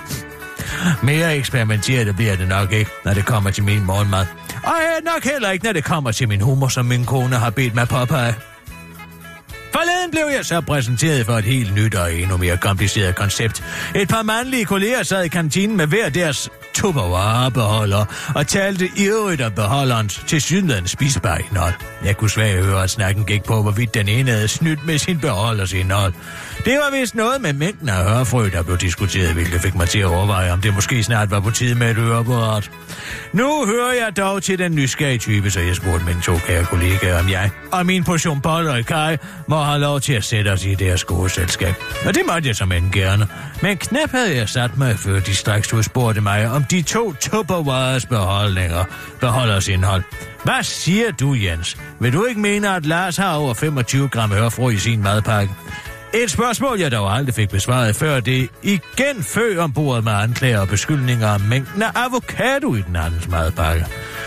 Mere eksperimenteret bliver det nok ikke, når det kommer til min morgenmad. Og nok heller ikke, når det kommer til min humor, som min kone har bedt mig påpege. Forleden blev jeg så præsenteret for et helt nyt og endnu mere kompliceret koncept. Et par mandlige kolleger sad i kantinen med hver deres Tupperware-beholder og talte ivrigt om beholderens tilsyneladende spisbare indhold. Jeg kunne svært høre, at snakken gik på, hvorvidt den ene havde snydt med sin beholders indhold. Det var vist noget med mængden af hørefrø, der blev diskuteret, hvilket fik mig til at overveje, om det måske snart var på tide med et høreapparat. Nu hører jeg dog til den nysgerrige type, så jeg spurgte mine to kære kollegaer, om jeg og min portion boller i kaj må have lov til at sætte os i deres gode selskab. Og det måtte jeg som end gerne. Men knap havde jeg sat mig, før de straks udspurgte mig om de to Tupperwares beholdninger, beholders indhold. Hvad siger du, Jens? Vil du ikke mene, at Lars har over femogtyve gram hørefrø i sin madpakke? Et spørgsmål, jeg dog aldrig fik besvaret før det igen fø ombord med anklager og beskyldninger om mængden af avocado i den andens madpakke.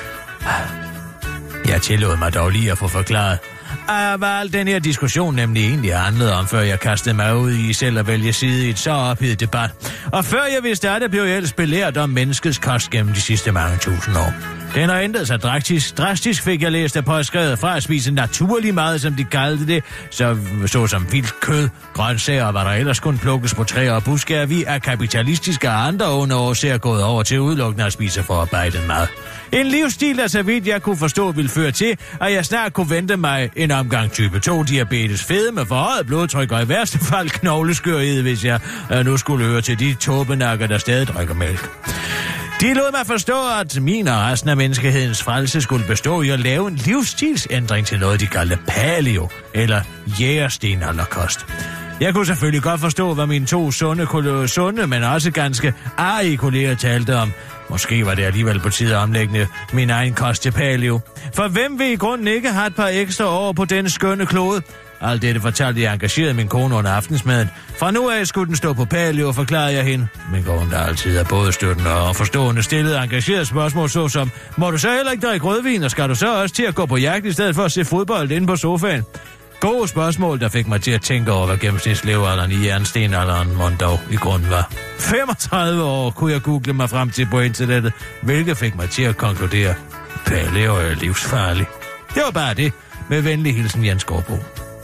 Jeg tillod mig dog lige at få forklaret, at hvad al den her diskussion nemlig egentlig handlede om, før jeg kastede mig ud i selv at vælge side i et så ophedet debat. Og før jeg vidste af det, blev jeg ellers belært om menneskets kost gennem de sidste mange tusind år. Den har ændret sig drastisk. Drastisk fik jeg læst af påskrevet fra at spise naturlig mad, som de kaldte det, så, så som vildt kød, grøntsager og hvad der ellers kunne plukkes på træer og buske, er vi af kapitalistiske og andre under årsager gået over til udelukkende at spise forarbejdet mad. En livsstil, der så vidt jeg kunne forstå, ville føre til, at jeg snart kunne vente mig en omgang type to diabetes, fedme, forhøjet blodtryk og i værste fald knogleskørhed, hvis jeg øh, nu skulle høre til de tåbenakker, der stadig drikker mælk. De lod mig forstå, at min og resten af menneskehedens frelse skulle bestå i at lave en livsstilsændring til noget, de kaldte paleo, eller jægerstenalderkost. Jeg kunne selvfølgelig godt forstå, hvad mine to sunde, sunde men også ganske arige kolleger talte om. Måske var det alligevel på tide at omlægge min egen kost til paleo. For hvem vil i grunden ikke have et par ekstra år på denne skønne klode? Alt dette fortalte jeg engageret min kone under aftensmaden. Fra nu af skulle den stå på paleo, forklarede jeg hende. Min kone, der altid er både støttende og forstående, stillede engageret spørgsmål såsom: må du så heller ikke drikke rødvin, og skal du så også til at gå på jagt i stedet for at se fodbold inde på sofaen? Gode spørgsmål, der fik mig til at tænke over, hvad gennemsnitslevealderen i jernstenalderen mon dog i grunden var. femogtredive år kunne jeg google mig frem til på internettet, hvilket fik mig til at konkludere: paleo er livsfarlig. Det var bare det. Med venlig hilsen, Jens Gårdbo.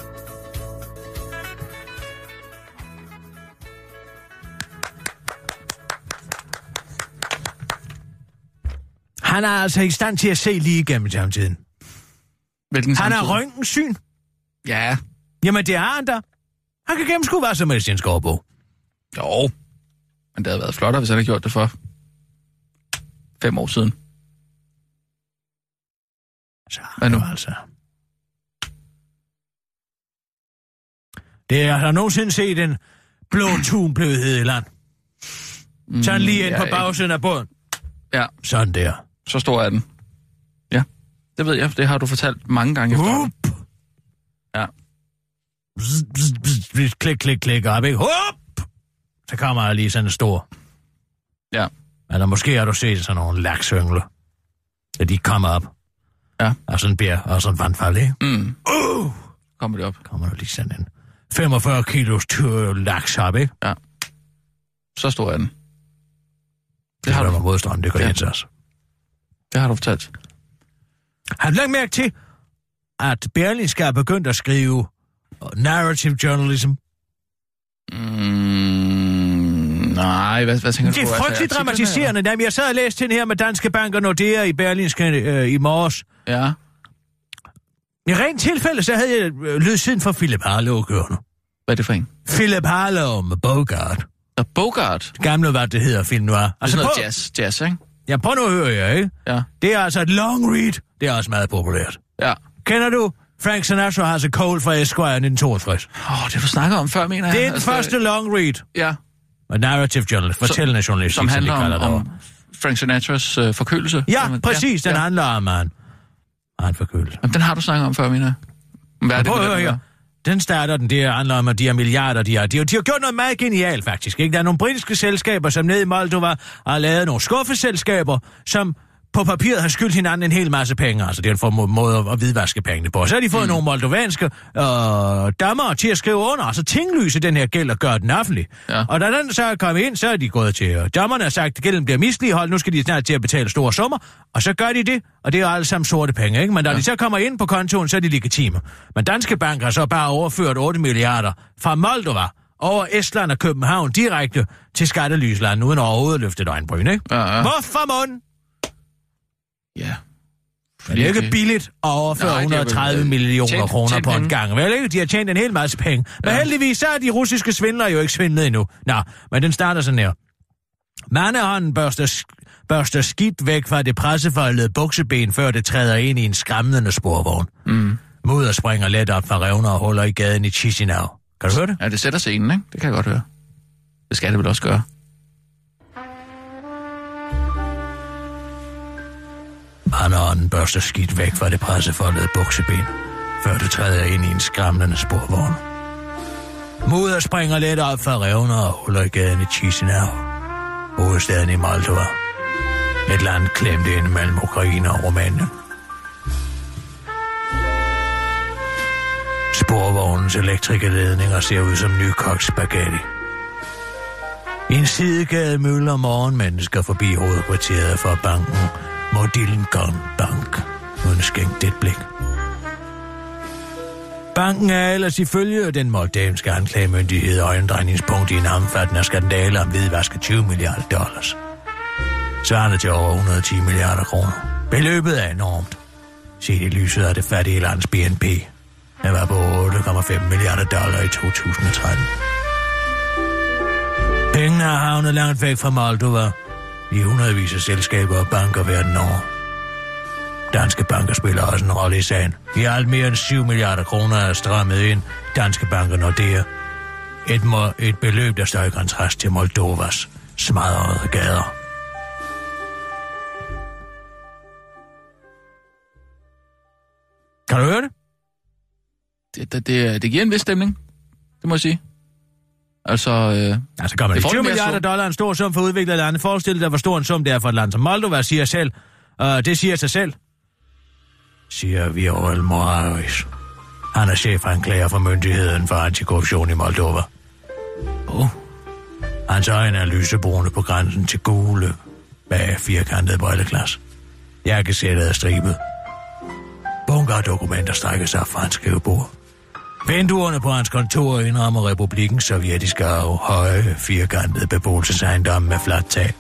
Han er altså i stand til at se lige igennem samtiden. Hvilken han samtid? er røntgensyn. Ja. Jamen, det har han da. Han kan gennemskue hvad som helst, Jens Gårdbo. Jo. Men det havde været flottere, hvis han havde gjort det for fem år siden. Så hvad nu? Altså. Det er, har nogensinde set en blå tunblødhed i land. Mm, Sådan lige ind ja, på bagsiden af båden. Ja. Sådan der. Så stor er den. Ja, det ved jeg. Det har du fortalt mange gange efter. Up. Ja. Bzz, bzz, bzz, bzz, klik, klik, klik op, ikke? Hop! Så kommer der lige sådan en stor. Ja. Eller måske har du set sådan nogle laksyngler. Så de kommer op. Ja. Og sådan en bjer, og sådan en vandfald, ikke? Mm. Uh! Kommer det op. Kommer der lige sådan en femogfyrre kilos tyr laks op, ikke? Ja. Så stor er den. Det, det har du modstand, det gør ja. Jens også. Det har du fortalt. Har du lagt mærke til, at Berlingske er begyndt at skrive narrative journalism? Mm, nej, hvad, hvad tænker du på? Det er frygteligt dramatiserende. Jamen, jeg sad og læste den her med Danske Bank og Nordea i Berlingske øh, i morges. Ja. I rent tilfælde, så havde jeg øh, lydsiden for Philip Harlow kørende. Hvad er det for en? Philip Harlow med Bogart. Og Bogart? Det gamle, hvad det hedder, film noir. Altså, det er noget jazz, jazz, ikke? Ja, prøv nu at høre jer, ikke? Ja. Det er altså et long read. Det er også meget populært. Ja. Kender du Frank Sinatra has a cold fra Esquire nitten toogtres? Åh, oh, det har du snakket om før, mener jeg. Det er den altså, første long read. Ja. Og narrative journalist, fortællende journalistik, som handler som de om, om Frank Sinatras øh, forkølelse. Ja, præcis. Den ja. handler om han. Han forkølelse. Jamen, den har du snakket om før, mener jeg. Hvad er det, prøv at høre her. Den starter den, det handler om, at de har milliarder, de har. De har, de har gjort noget meget genialt, faktisk. Ikke? Der er nogle britiske selskaber, som nede i Moldova har lavet nogle skuffeselskaber, som på papiret har skyldt hinanden en hel masse penge. Altså, det er en for måde at hvidvaske pengene på. Så har de fået mm. nogle moldovanske øh, dammer til at skrive under, og så tinglyse den her gæld og gøre den offentlig. Ja. Og da den så er kommet ind, så er de gået til øh, dammerne og sagt, at gælden bliver misligeholdt, nu skal de snart til at betale store summer, og så gør de det, og det er jo alle sammen sorte penge, ikke? Men da ja. de så kommer ind på kontoen, så er de legitime. Men Danske Bank har så bare overført otte milliarder fra Moldova over Estland og København direkte til skattelysland, uden overhovedet at løfte et øjenbryn, ikke? Ja, ja. Hvorfor munden? Ja. Men det er ikke billigt at overføre et hundrede og tredive millioner tjent, kroner tjent på en gang, vel ikke? De har tjent en hel masse penge. Men ja. heldigvis så er de russiske svindlere jo ikke svindlet endnu. Nå, men den starter sådan her. Mandehånden børster, børster skidt væk fra det pressefoldede bukseben, før det træder ind i en skræmmende sporvogn. Mm. Mudder springer let op fra revner og huller i gaden i Chisinau. Kan du høre det? Ja, det sætter scenen, ikke? Det kan jeg godt høre. Det skal det vel også gøre. Mandehånden børster skidt væk fra det pressefoldede bukseben, før det træder ind i en skræmmende sporvogn. Mudder springer let op fra revner og huller i gaden i Chisinau, hovedstaden i Moldova. Et land klemt ind mellem Ukraine og Rumænien. Sporvognens elektrikerledninger ser ud som nykogt spaghetti. I en sidegade møller morgenmennesker forbi hovedkvarteret for banken Modillengang Bank, uden skænkt et blik. Banken er ellers ifølge den moldaviske anklagemyndighed øjendrejningspunkt i en omfattende skandale om hvidvask af tyve milliarder dollars. Svarende til over et hundrede og ti milliarder kroner. Beløbet er enormt. Set i lyset af det fattige lands B N P. Der var på otte komma fem milliarder dollar i to tusind og tretten. Pengene har havnet langt væk fra Moldova i hundredvis af selskaber og banker verden over. Danske banker spiller også en rolle i sagen. I alt mere end syv milliarder kroner er strammet ind. Danske banker Nordea. Et, må- et beløb, der står i kontrast til Moldovas smadrede gader. Kan du høre det? Det, det, det, det giver en vis stemning, det må jeg sige. Altså, øh, altså gør man ikke. tyve milliarder dollar er en stor sum for udviklet lande. Forestil dig, hvor stor en sum det er for et land som Moldova, siger selv. Uh, det siger sig selv. Siger Viorel Moraes. Han er chefanklager for myndigheden for antikorruption i Moldova. Oh. Hans øjne er lysebrune på grænsen til gule bag firkantet brilleglas. Jakkesættet er stribet. Bunker af dokumenter strækker sig fra hans skrivebord. Vinduerne på hans kontor indrammer republikkens sovjetiske arv, høje, firkantede beboelsesejendomme med fladt tag.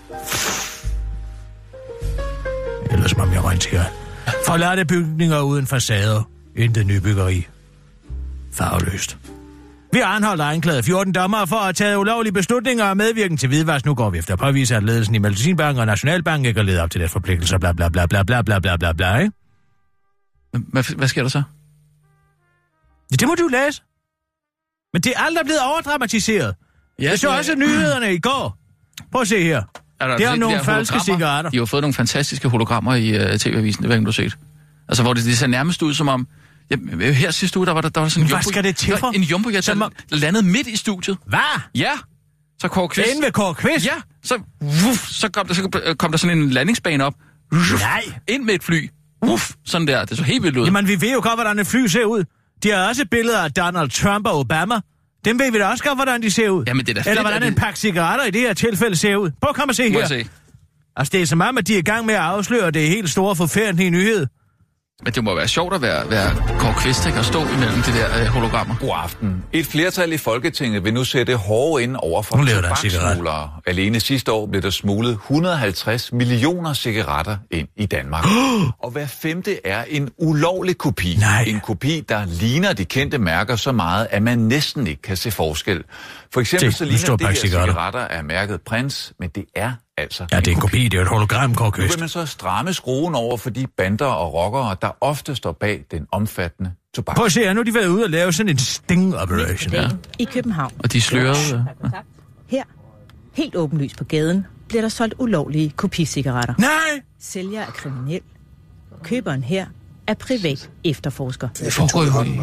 Ellers som om jeg orienterer. Forladte bygninger uden facader. Intet nybyggeri. Farveløst. Vi har anholdt og anklaget fjorten dommere for at have taget ulovlige beslutninger og medvirken til hvidvask. Nu går vi efter at påvise, at ledelsen i Medicinbank og Nationalbank ikke har ledet op til deres forpligtelser. Bla bla bla bla bla bla bla bla bla, ikke? Hvad, hvad sker der så? Ja, det må du læse. Men det er aldrig blevet overdramatiseret. Ja, jeg så også nyhederne i går. Prøv at se her. Er der, det er nogle de falske cigaretter. De har fået nogle fantastiske hologrammer i uh, T V-avisen, det ved jeg, du har set. Altså, hvor det, det ser nærmest ud som om, Jamen, her sidste uge, der var der, der var sådan en Hvad jumbo... skal det til for? En jumbo, jeg Som... landede midt i studiet. Hvad? Ja. Så Kåre Kvist... Inde ved Kåre Kvist? Ja. Så, wuff, så, kom der, så kom der sådan en landingsbane op. Wuff, Nej. Ind med et fly. Uff, sådan der. Det så helt vildt ud. Jamen, vi ved jo godt, hvordan et fly ser ud. De har også billeder af Donald Trump og Obama. Dem ved vi da også godt, hvordan de ser ud. Jamen, det er da fedt, eller hvordan det... en pakke cigaretter i det her tilfælde ser ud. Prøv at komme og se Må her. se. Altså, det er som om, at de er i gang med at afsløre det helt store forfærdelige nyhed. Men det må være sjovt at være, være Kåre Kvist, ikke? Og stå imellem de der øh, hologrammer. God aften. Et flertal i Folketinget vil nu sætte hårde ind over for tobaksmuglere. Alene sidste år blev der smuglet et hundrede og halvtreds millioner cigaretter ind i Danmark. Og hver femte er en ulovlig kopi. Nej. En kopi, der ligner de kendte mærker så meget, at man næsten ikke kan se forskel. For eksempel Se, så ligner det her cigaretter. cigaretter af mærket Prince, men det er altså Ja, det er en kopi, det er et hologram, Kåre Nu Kvist. vil man så stramme skruen over for de bander og rockere, der ofte står bag den omfattende tobak. Prøv at se her, nu er de været ude og lave sådan en sting operation. Ja. I København. Og de er slørede. Ja. Her, helt åbenlyst på gaden, bliver der solgt ulovlige kopicigaretter. Nej! Sælger er kriminel. Køberen her er privat efterforsker. Det foregår jo i...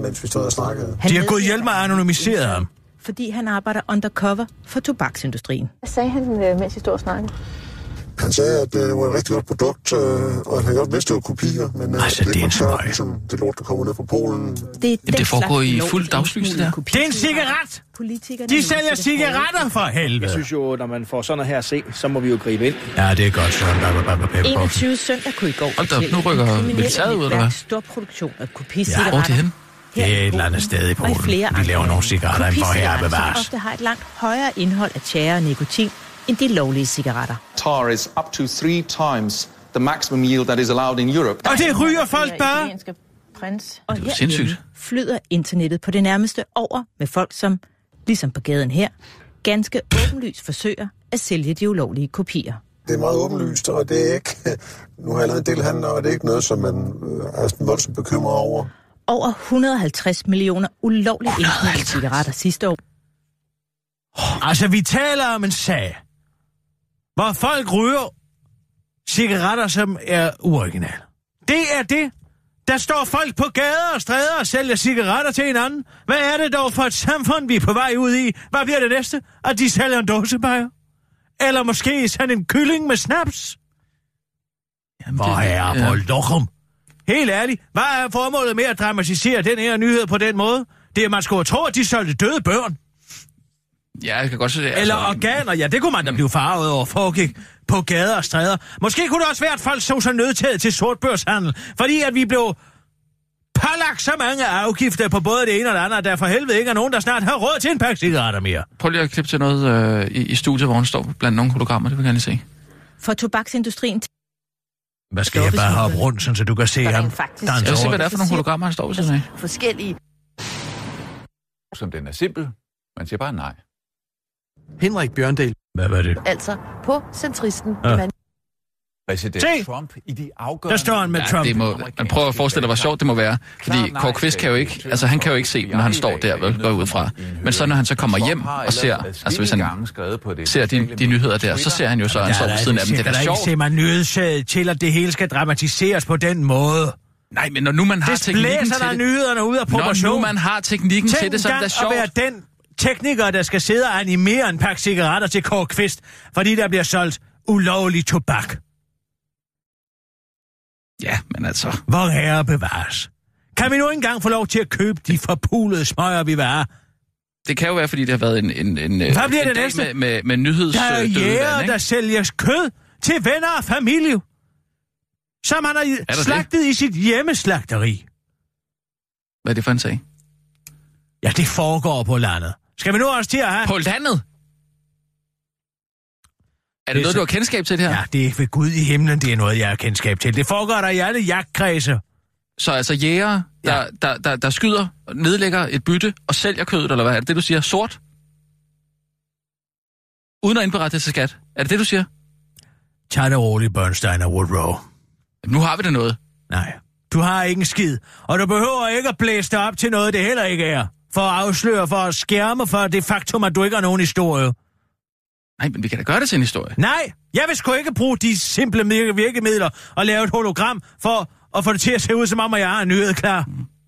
De har gået hjælp med at anonymisere ham. Fordi han arbejder undercover for tobaksindustrien. Hvad sagde han, mens I stod og snakkede? Han sagde, at det var et rigtig godt produkt, og at han godt vidste, det var kopier, men altså, det er en smøg. Ligesom det lort, der kommer ned fra Polen. Det, Jamen, det foregår i fuld dagslys, det der. Det er en cigaret! De sælger cigaretter for helvede! Jeg synes jo, når man får sådan noget her at se, så må vi jo gribe ind. Ja, det er godt, Søren. enogtyvende søndag kunne i går Hold da, nu rykker militæret ud, eller hvad? Stor produktion af Ja, kopicigaretter. Hvor er det henne? Det er et eller andet sted i Polen. De laver nogle cigaretter, en for her at bevares. Som ofte har et langt højere indhold af tjære og nikotin end de lovlige cigaretter. Tar is up to three times the maximum yield that is allowed in Europe. Og det ryger folk bare! Prins. Og Det er sindssygt. herhjemme flyder internettet på det nærmeste over med folk, som, ligesom på gaden her, ganske åbenlyst forsøger at sælge de ulovlige kopier. Det er meget åbenlyst, og det er ikke... Nu har jeg lavet en del handler, og det er ikke noget, som man er sådan voldsomt bekymret over. Over et hundrede og halvtreds millioner ulovlige indkøbte cigaretter sidste år. Altså, vi taler om en sag, hvor folk ryger cigaretter, som er uoriginale. Det er det. Der står folk på gader og stræder og sælger cigaretter til hinanden. Hvad er det dog for et samfund, vi er på vej ud i? Hvad bliver det næste? At de sælger en dåsebajer? Eller måske sådan en kylling med snaps? Jamen, hvor er ja. på lokum? Helt ærligt, hvad er formålet med at dramatisere den her nyhed på den måde? Det er, man skulle tro, at de solgte døde børn. Ja, jeg kan godt se det. Eller altså, organer, ja, det kunne man da blive farvet over, foregik på gader og stræder. Måske kunne det også være, at folk så sig nødtaget til sortbørshandel, fordi at vi blev pålagt så mange afgifter på både det ene og det andet, at der for helvede ikke er nogen, der snart har råd til en pakke cigaretter mere. Prøv lige at klippe til noget øh, i, i studiet, hvor han står blandt nogle hologrammer, det vil jeg gerne se. For tobaksindustrien... Hvad skal jeg bare hoppe rundt, sådan, så du kan se ham? Jeg vil se, hvad det er for nogle hologrammer, han står ved siden af. Forskellige. Som den er simpel. Man siger bare nej. Henrik Bjørndal. Hvad var det? Altså på centristen. Ja. Man... Præsident Se! Trump i de afgørende... Der står han med Ja, Trump. det må, man prøver at forestille dig, hvor sjovt det må være. Fordi Kåre Kvist kan jo ikke, altså han kan jo ikke se, når han står der, vel, går ud fra. Men så når han så kommer hjem og ser, altså hvis han ser de, de nyheder der, så ser han jo så, at han står ved siden af dem. Det er da sjovt. Jeg kan man nødsaget til, at det hele skal dramatiseres på den måde. Nej, men når nu man har det teknikken til der det... nyhederne ud af proportion. Når nu man har teknikken Tænk til det, så er det da sjovt. Tænk at være den tekniker, der skal sidde og animere en pakke cigaretter til Kåre Kvist, fordi der bliver solgt ulovlig tobak. Ja, men altså... Hvor herre bevares. Kan vi nu ikke engang få lov til at købe de forpulede smøger, vi vil have? Det kan jo være, fordi det har været en, en, en, Hvad bliver en det dag næste? med, med, med nyheds... Der er jæger, der sælger kød til venner og familie, som han har slagtet det? i sit hjemmeslagteri. Hvad er det for en sag? Ja, det foregår på landet. Skal vi nu også til at have... På landet? Er det, det noget, så... du har kendskab til det her? Ja, det er ved Gud i himlen, det er noget, jeg har kendskab til. Det foregår der i alle jagtkredse. Så altså jæger, der, ja. der, der, der skyder, nedlægger et bytte og sælger kødet, eller hvad er det, det du siger? Sort? Uden at indberette det til skat. Er det det, du siger? Tag det roligt, Bernstein og Woodrow. Nu har vi det noget. Nej, du har ikke en skid. Og du behøver ikke at blæse dig op til noget, det heller ikke er. For at afsløre, for at skærme for det faktum, at du ikke har nogen historie. Nej, men vi kan da gøre det til en historie. Nej, jeg vil sgu ikke bruge de simple virkemidler og lave et hologram for at få det til at se ud, som om jeg har en nyhed klar. Mm.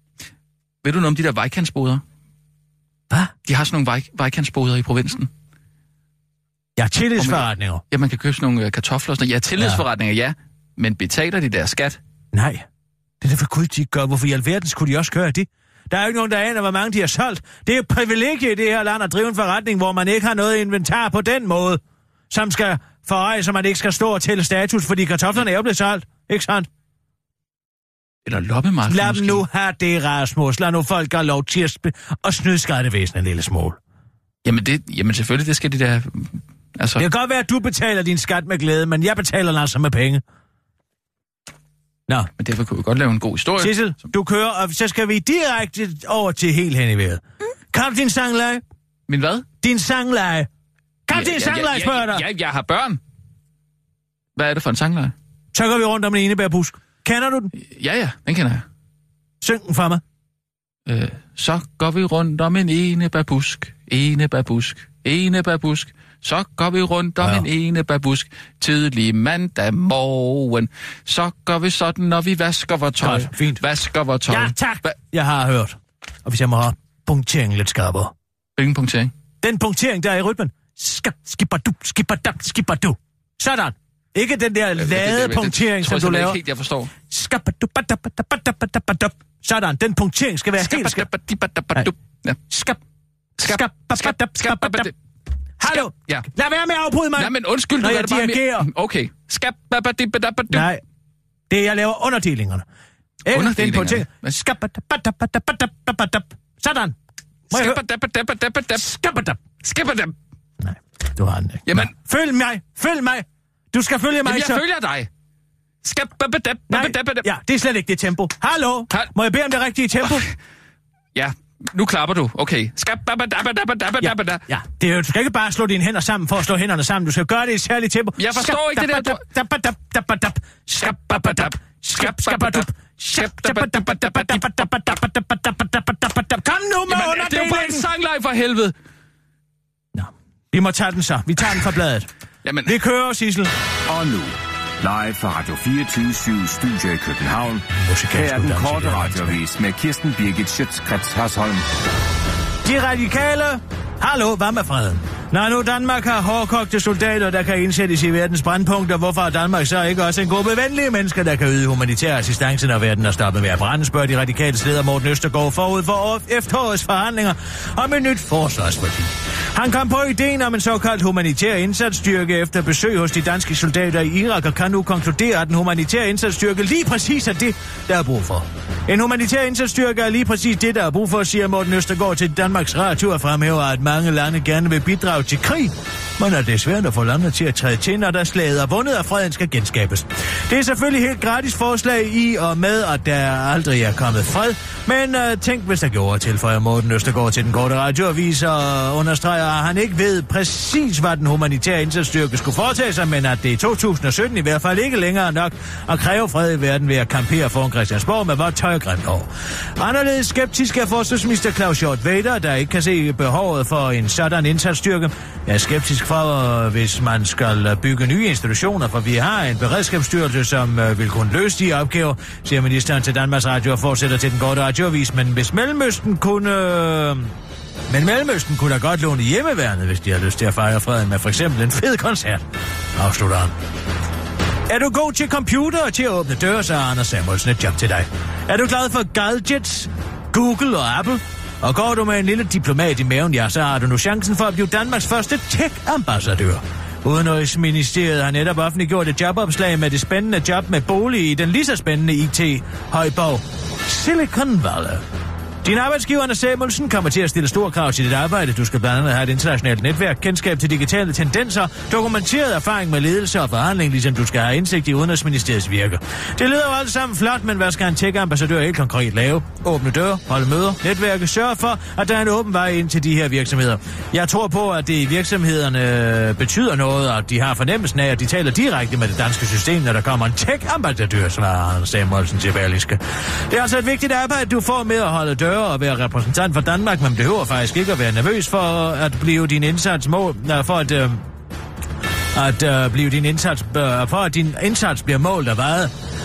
Ved du noget om de der vejkantsboder? Hvad? De har sådan nogle vej, vejkantsboder i provinsen. Ja, tillidsforretninger. Ja, man kan købe sådan nogle kartofler og sådan noget. Ja, tillidsforretninger, ja. Men betaler de der skat? Nej. Det er for gud, de ikke gør. Hvorfor i alverden skulle de også gøre det? Der er jo ikke nogen, der aner, hvor mange de har solgt. Det er et privilegie i det her land at drive en forretning, hvor man ikke har noget inventar på den måde, som skal forøje, så man ikke skal stå og tælle status, fordi kartoflerne er jo blevet solgt. Ikke sandt? Eller loppemarked. Lad dem nu have det, Rasmus. Lad nu folk have lov til at sp- og snyde skattevæsenet en lille smule. Jamen, det, jamen selvfølgelig, det skal de der... Altså... Det kan godt være, at du betaler din skat med glæde, men jeg betaler den altså med penge. Nå. Men derfor kunne vi godt lave en god historie. Sissel, du kører, og så skal vi direkte over til helt hen i vejret. Mm. Kan du din sangleje? Min hvad? Din sangleje. Kan du ja, din sangleje, ja, spørger dig? Ja, ja, jeg har børn. Hvad er det for en sangleje? Så går vi rundt om en enebærbusk. Kender du den? Ja, ja, den kender jeg. Syng den for mig. Øh, så går vi rundt om en enebærbusk, enebærbusk, enebærbusk. Så går vi rundt om ja. en enebærbusk, tidlig mandag morgen. Så går vi sådan, når vi vasker vores tøj. Godt, fint. Vasker vores tøj. Ja, tak. Hva- jeg har hørt. Og hvis jeg må have punkteringen lidt skarpere. Hvilken punktering? Den punktering, der er i rytmen. Skab, skibadu, skibadu, skibadu. Sådan. Ikke den der lade punktering, som du laver. Helt, jeg forstår. Skabadu, badabadabadabadabadab. Sådan, den punktering skal være helt skab. Skab. Skab. Skab. Skab. Hallo? Ja. Lad være med at afbryde mig. Nej, men undskyld, når du jeg dirigerer. Mere... Okay. Skab. Nej. Det er, jeg laver underdelingerne. Underdelingerne? Skab. Sådan. Skab. Skab. Nej, du har den ikke. Jamen. Følg mig. Følg mig. Du skal følge mig. Jamen, jeg så... følger dig. Skab. Nej, ja, det er slet ikke det tempo. Hallo? Må jeg bede om det rigtige tempo? Ja. Nu klapper du. Okay. Ja, ja. Det er jo, du skal ikke bare slå dine hænder sammen for at slå hænderne sammen. Du skal gøre det i et særligt tempo. Jeg forstår ikke det der. Kom nu med underdelingen. Det er bare en sangleg for helvede. Nå, vi må tage den så. Vi tager den fra bladet. Jamen. Vi kører, Sissel. Og nu, live fra Radio fireogtyve syv Studio i København. Her er den korte radiovis med Kirsten Birgit Schøtz-Krets Hørsholm. De radikale. Hallo, hvad med freden? Når nu Danmark har hårdkogte soldater, der kan indsættes i verdens brandpunkter, hvorfor er Danmark så ikke også en gruppe venlige mennesker, der kan yde humanitær assistance, når verden er stoppet med at brænde, spørger de radikale leder Morten Østergaard forud for efterårets forhandlinger om et nyt forsvarsforlig. Han kom på ideen om en såkaldt humanitær indsatsstyrke efter besøg hos de danske soldater i Irak, og kan nu konkludere, at den humanitære indsatsstyrke lige præcis er det, der er brug for. En humanitær indsatsstyrke er lige præcis det, der er brug for, siger Morten Østergaard til Danmarks Radio og fremhæver, at mange lande gerne vil bidrage til krig, men at det er svært at få landet til at træde til, når der slaget er vundet, og freden skal genskabes. Det er selvfølgelig helt gratis forslag i og med, at der aldrig er kommet fred, men uh, tænk, hvis der gjorde, tilføjer Morten Østergaard til den korte radioavis og understreger, at han ikke ved præcis, hvad den humanitære indsatsstyrke skulle foretage sig, men at det i to tusind og sytten i hvert fald ikke længere nok at kræve fred i verden ved at kampere foran Christiansborg med vort tøj og grimt hår. Anderledes skeptisk er forsvarsminister Claus Hjort Vader, der ikke kan se behovet for en sådan indsatsstyrke. Jeg er skeptisk for, hvis man skal bygge nye institutioner, for vi har en beredskabsstyrelse, som vil kunne løse de opgaver, siger ministeren til Danmarks Radio og fortsætter til den korte radioavis. Men hvis Mellemøsten kunne... Men Mellemøsten kunne da godt låne hjemmeværnet, hvis de har lyst til at fejre freden med for eksempel en fed koncert, afslutter han. Er du god til computer og til at åbne døre, så har Anders Samuelsen et job til dig. Er du glad for gadgets, Google og Apple? Og går du med en lille diplomat i maven, ja, så har du nu chancen for at blive Danmarks første tech-ambassadør. Udenrigsministeriet har netop offentliggjort et jobopslag med det spændende job med bolig i den lige så spændende I T-højborg Silicon Valley. Din arbejdsgiver, Anders Samuelsen, kommer til at stille store krav til dit arbejde. Du skal blandt andet have et internationalt netværk, kendskab til digitale tendenser, dokumenteret erfaring med ledelse og forhandling, ligesom du skal have indsigt i Udenrigsministeriets virke. Det lyder jo alt sammen flot, men hvad skal en tech-ambassadør helt konkret lave? Åbne døre, holde møder, netværke, sørge for, at der er en åben vej ind til de her virksomheder. Jeg tror på, at det i virksomhederne betyder noget, at de har fornemmelsen af, at de taler direkte med det danske system, når der kommer en tech-ambassadør, svarer Anders Samuelsen til Berlingske. Det er altså et vigtigt arbejde, du får med at holde døre og være repræsentant for Danmark, men behøver faktisk ikke at være nervøs for at blive din indsatsmål, for at, øh, at øh, blive din indsats, øh, for at din indsats bliver målt og vejet.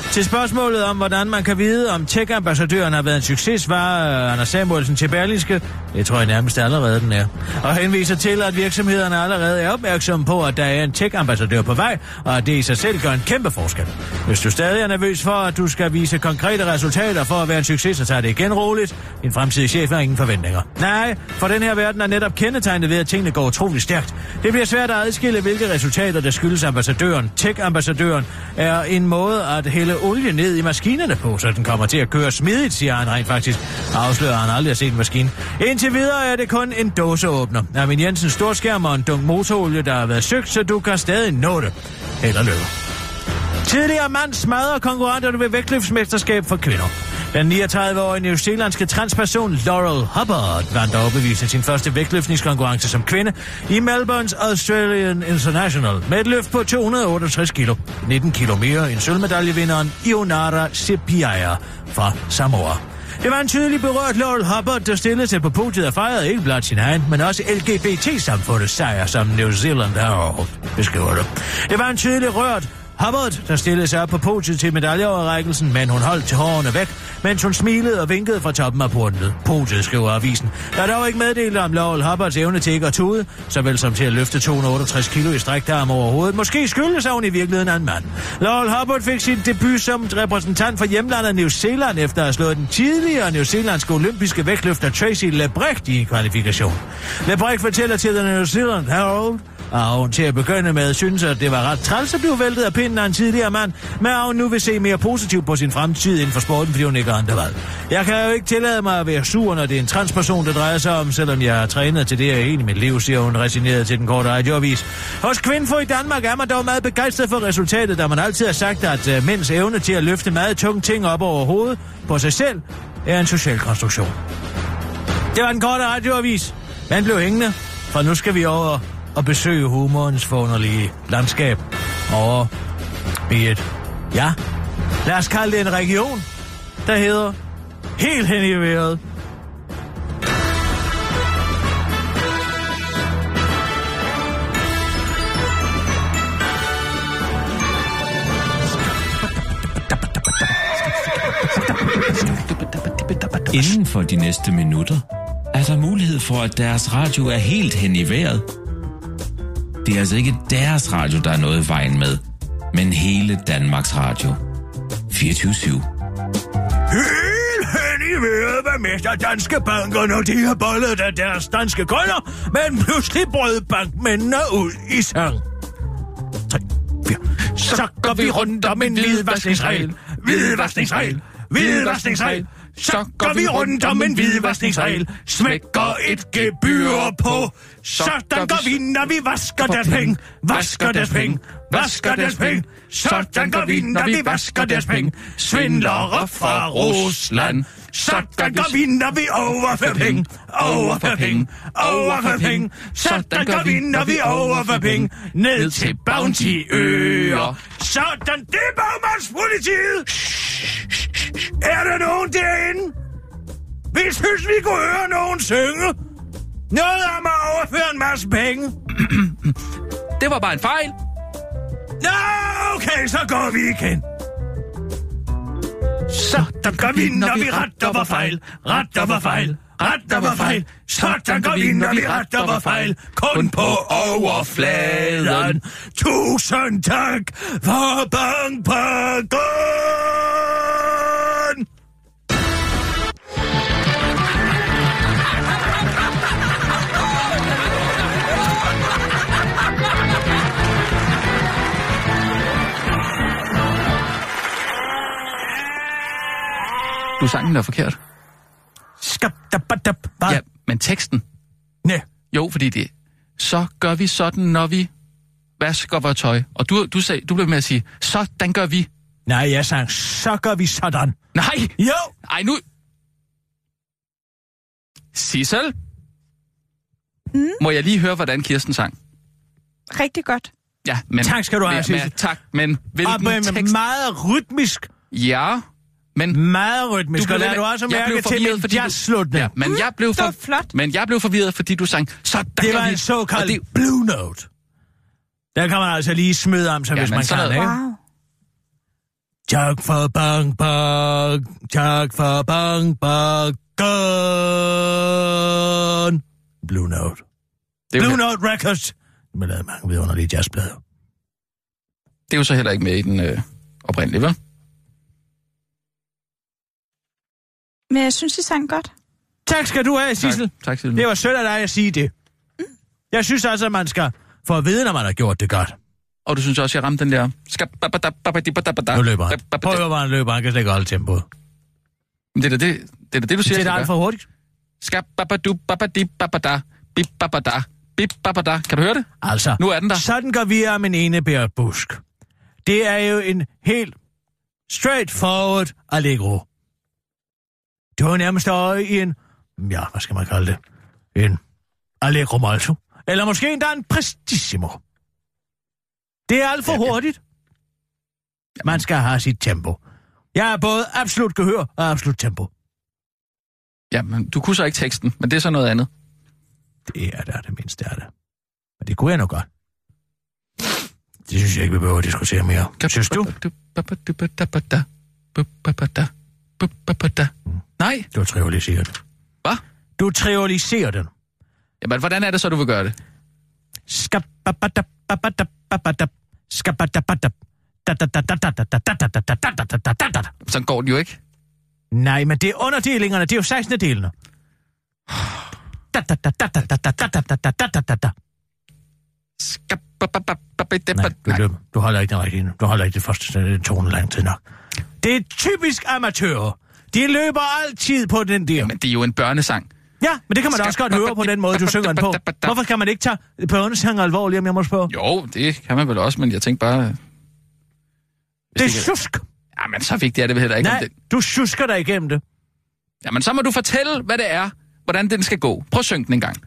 Til spørgsmålet om, hvordan man kan vide, om tech-ambassadøren har været en succes, var Anders Samuelsen til Berlingske. Det tror jeg nærmest allerede den er. Og henviser til, at virksomhederne allerede er opmærksomme på, at der er en tech-ambassadør på vej, og at det i sig selv gør en kæmpe forskel. Hvis du stadig er nervøs for, at du skal vise konkrete resultater for at være en succes, så tager det igen roligt. Din fremtidige chef har ingen forventninger. Nej, for den her verden er netop kendetegnet ved, at tingene går utroligt stærkt. Det bliver svært at adskille, hvilke resultater der skyldes ambassadøren. Tech-ambassadøren er en måde at hælde olie ned i maskinerne på, så den kommer til at køre smidigt, siger han rent faktisk. Afslører han aldrig har set en maskine. Indtil videre er det kun en dåseåbner. Armin Jensens storskærm og en dunk motorolie, der har været søgt, så du kan stadig nå det. Held og lykke. Tidligere mand smadrer konkurrenter ved vægtløftsmesterskab for kvinder. Den niogtredive-årige newzealandske transperson Laurel Hubbard vandt overbevist sin første vægtløftningskonkurrence som kvinde i Melbourne's Australian International med et løft på to hundrede og otteogtres kilo. nitten kilo mere end sølvmedaljevinderen Ionara Sepiaia fra Samoa. Det var en tydelig berørt Laurel Hubbard, der stillede sig på podiet og fejrede ikke blot sin egen, men også L G B T-samfundets sejr, som New Zealand Herald beskriver det. Det var en tydelig rørt Hubbard, der stillede sig op på podiet til medaljeoverrækkelsen, men hun holdt til hårene væk, mens hun smilede og vinkede fra toppen af podiet, skriver avisen. Der er dog ikke meddelt om Laurel Hubbards evne til ikke at tude, såvel som til at løfte to hundrede og otteogtres kilo i strækt arm over hovedet. Måske skyldes hun i virkeligheden en mand. Laurel Hubbard fik sin debut som repræsentant for hjemlandet New Zealand efter at have slået den tidligere newzealandske olympiske vægtløfter Tracy Lebrecht i en kvalifikation. Lebrecht fortæller til The New Zealand Herald, og hun til at begynde med synes, at det var ret træls at blive væltet af pinden af en tidligere mand, men hun nu vil se mere positivt på sin fremtid inden for sporten, fordi hun ikke har andre valg. Jeg kan jo ikke tillade mig at være sur, når det er en transperson, der drejer sig om, selvom jeg har trænet til det her i mit liv, siger hun resigneret til den korte radioavis. Hos Kvinfo i Danmark er man dog meget begejstret for resultatet, da man altid har sagt, at uh, mænds evne til at løfte meget tunge ting op over hovedet på sig selv er en social konstruktion. Det var den korte radioavis. Den blev hængende, for nu skal vi over og besøge humorens forunderlige landskab over i et, ja, lad os kalde det en region, der hedder helt hen i vejret. Inden for de næste minutter er der mulighed for, at deres radio er helt hen i vejret. Det er altså ikke deres radio, der er noget i vejen med, men hele Danmarks Radio. fireogtyve syv. Helt hen i vejret, hvad mester Danske Banker, når de har bollet af deres danske kunder, men pludselig brød bankmændene ud i sang. tre, fire. Så går vi rundt om en hvidvaskningsregel, hvidvaskningsregel, hvidvaskningsregel. Så går vi rundt om en hvidvaskningsregel, smækker et gebyr på. Sådan går vi, når vi vasker deres penge, vasker deres penge, vasker deres penge. Sådan går vi, når vi vasker deres penge, svindlere fra Rusland. Sådan går vi, når vi overfører penge, overfører penge, overfører penge. Sådan går vi, når vi overfører penge, ned til Bounty-øer. Sådan, det er bagmandspolitiet. Er der nogen derinde? Vi synes, vi kunne høre nogen synge. Noget om at overføre en masse penge. Det var bare en fejl. Nå, okay, så går vi igen. Sådan går vi, når vi retter var fejl. Retter var fejl. Retter var fejl. Sådan går vi, når vi retter var fejl. Kun på overfladen. Tusind tak for bankpakken. Du sang den der forkert. Skab, dab, dab, ja, men teksten. Nej. Jo, fordi det. Så gør vi sådan, når vi vasker vores tøj. Og du, du, sag, du blev med at sige, sådan gør vi. Nej, jeg sang, så gør vi sådan. Nej. Jo. Ej, nu. Sissel. Mm? Må jeg lige høre, hvordan Kirsten sang? Rigtig godt. Ja, men... Tak skal du have, Sissel. Tak, men hvilken og med, tekst? Meget rytmisk. Ja, men... Meget rytmisk, du og lader du også mærke til min jazzslutning. Ja, men jeg blev for... flot. Men jeg blev forvirret, fordi du sang... Så det var vi... en såkaldt det... Blue Note. Der kan man altså lige smide om sig, ja, hvis man kan, ikke? Wow. Tak for bang bang. Tak for bang bang. Gun. Blue Note. Blue Note Records. Man lavede mange vidunderlige jazzplader. Det er jo så heller ikke med i den øh, oprindelige, vel? Men jeg synes, de sang godt. Tak skal du have, Sissel. Tak, tak Sissel. Det var sødt af dig at sige det. Mm. Jeg synes altså, at man skal få at vide, når man har gjort det godt. Og du synes også, at jeg ramte den der... Nu løber han. Prøv at høre, hvor han løber. Han kan slet ikke holde tempoet. Men det er da det, det, er det, du siger, det er alt for hurtigt. Kan du høre det? Altså, nu er den der. Sådan går vi om en enebærbusk. Det er jo en helt straightforward allegro. Du er nærmest over i en... Ja, hvad skal man kalde det? En allegro molto. Eller måske endda en prestissimo. Det er alt for hurtigt. Man skal have sit tempo. Jeg er både absolut gehør og absolut tempo. Ja, men du kunne så ikke teksten, men det er så noget andet. Det er der det mindste af det. Men det kunne jeg nok godt. Det synes jeg ikke, vi behøver at diskutere mere. Synes du? Nej. Du trivialiserer den. Hvad? Du trivialiserer den. Jamen, hvordan er det så, du vil gøre det? Sådan går det jo ikke. Nej, men det er underdelingerne, det er jo sekstende delene. Nej, du, løber. du holder ikke den rigtige. Du holder ikke det første tone lang tid nok. Det er typisk amatører. De løber altid på den der. Men det er jo en børnesang. Ja, men det kan man da også godt høre på den måde, du synger den på. Hvorfor kan man ikke tage børnesang alvorligt, om jeg må spørge? Jo, det kan man vel også, men jeg tænker bare... Det er sjusk. Ja, men så vigtigt er det vel heller ikke. Nej, det... du sjusker dig igennem det. Jamen, så må du fortælle, hvad det er, hvordan den skal gå. Prøv at synge den en gang.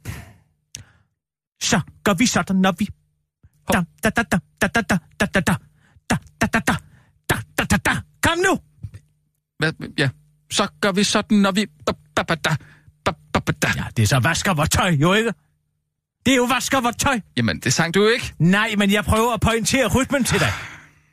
Så gør vi sådan, når vi... Da, da, da, da, da, da, da, da, da, da, da, da, da, da, da, da, da. Kom nu! Hvad? Ja, så gør vi sådan, når vi... Da, da, da, da. Ja, det er så vasker vores tøj, jo ikke? Det er jo vasker vores tøj. Jamen, det sang du jo ikke. Nej, men jeg prøver at pointere rytmen til dig.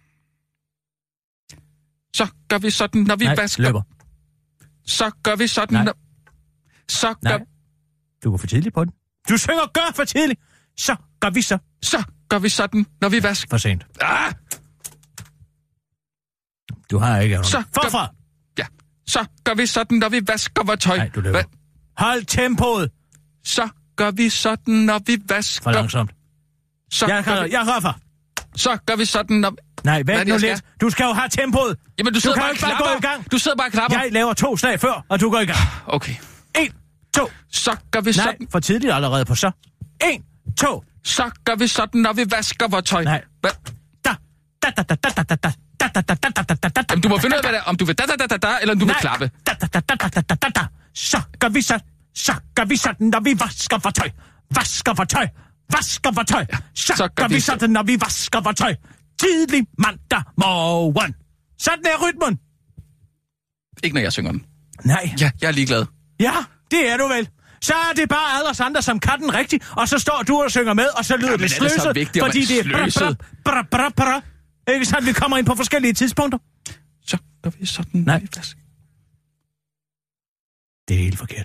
Så gør vi sådan, når vi Nej, vasker... løber. Så gør vi sådan, Nej. når... Så gør... Nej, du går for tidligt på den. Du synger gør for tidligt. Så gør vi så. Så gør vi sådan, når vi vasker... For sent. Ah! Du har ikke... Så Forfra! Gør... Ja, så gør vi sådan, når vi vasker vores tøj. Nej, du løber. Hva? Hold tempoet! Så gør vi sådan, når vi vasker... For langsomt. Så jeg kan, vi... jeg rører. Så gør vi sådan, når... Nej, vent nu lidt. Du skal jo have tempoet. Jamen, du sidder du bare kan ikke bare gå i gang. Du sidder bare og klapper. Jeg laver to slag før, og du går i gang. Okay. En, to. Så gør vi sådan... Nej, for tidligt allerede på så. En, to. Så gør vi sådan, når vi vasker vores tøj. Nej. Hva? Da, da, da, da, da, da, da. Jamen, du må finde ud af, hvad det er. Om du vil da, da, da, da, da, eller om du vil klappe. Da, da, da, da, da, da, da, da. Så gør vi så. Så gør vi sådan, når vi vasker for tøj. Vasker for tøj. Vasker for tøj. Så, så gør vi sådan, når vi vasker for tøj. Tidlig mandag morgen. Sådan er rytmen. Ikke når jeg synger den. Nej. Ja, jeg er ligeglad. Ja, det er du vel. Så er det bare alle os andre, som kan den rigtigt, og så står du og synger med, og så lyder ja, det sløset, det vigtigt, fordi det er sløset. Bra, bra, bra, bra. Ikke sådan, vi kommer ind på forskellige tidspunkter. Så gør vi sådan. Nej. Det er helt forkert.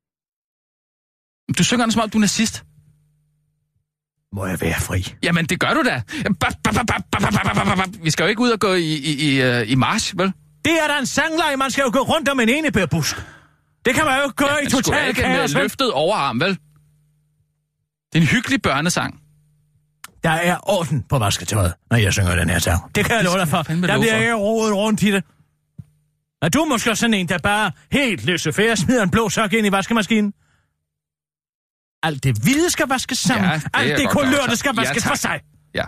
Du synger den, som om du er nazist. Må jeg være fri? Jamen, det gør du da. Vi skal jo ikke ud og gå i, i, i, i march, vel? Det er da en sangleje, man skal jo gå rundt om en enebærbusk. Det kan man jo gøre ja, i total kaos. Det er løftet overarm, vel? Det er en hyggelig børnesang. Der er orden på vasketøjet, når jeg synger den her sang. Det kan jeg love dig for. Der bliver jeg rodet rundt i det. Er du måske sådan en, der bare helt løsefærd smider en blå sok ind i vaskemaskinen? Alt det hvide skal vaskes sammen. Ja, det Alt det kulørte skal vaskes ja, for sig. Ja.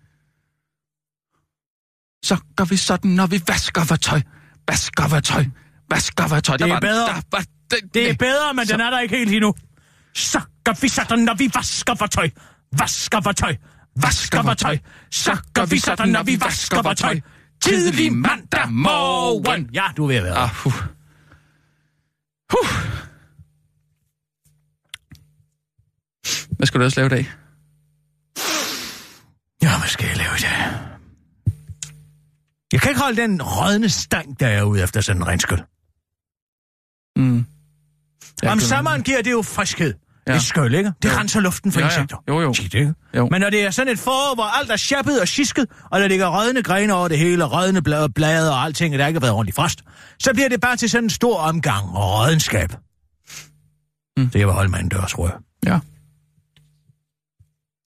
Så gør vi sådan, når vi vasker vores tøj. Vasker vores tøj. Vasker vores tøj. Det er bedre. Der var, det, det er bedre, men så... den er der ikke helt endnu. Så gør vi sådan, når vi vasker vores tøj. Vasker vores tøj. Vasker vores tøj. Så gør vi sådan, når vi vasker vores tøj. Tidlig mandag morgen. Ja, du er ved at være. Ah, uh. Uh. Hvad skal du også lave i dag? Ja, hvad skal jeg lave i dag? Jeg kan ikke holde den rådne stank, der er ude efter sådan en renskøl. Mm. Om sommeren giver det jo friskhed. Ja. Et skøl, ikke? Det jo. renser luften for ja, ja. insekter. Jo, jo. Shit, ikke? jo. Men når det er sådan et forår, hvor alt er sjappet og sisket, og der ligger rødne grene over det hele, rødne blade, blade og alting, og der ikke har været ordentligt frost, så bliver det bare til sådan en stor omgang og rådenskab. Mm. Så jeg vil holde mig indendørs, tror jeg. Ja.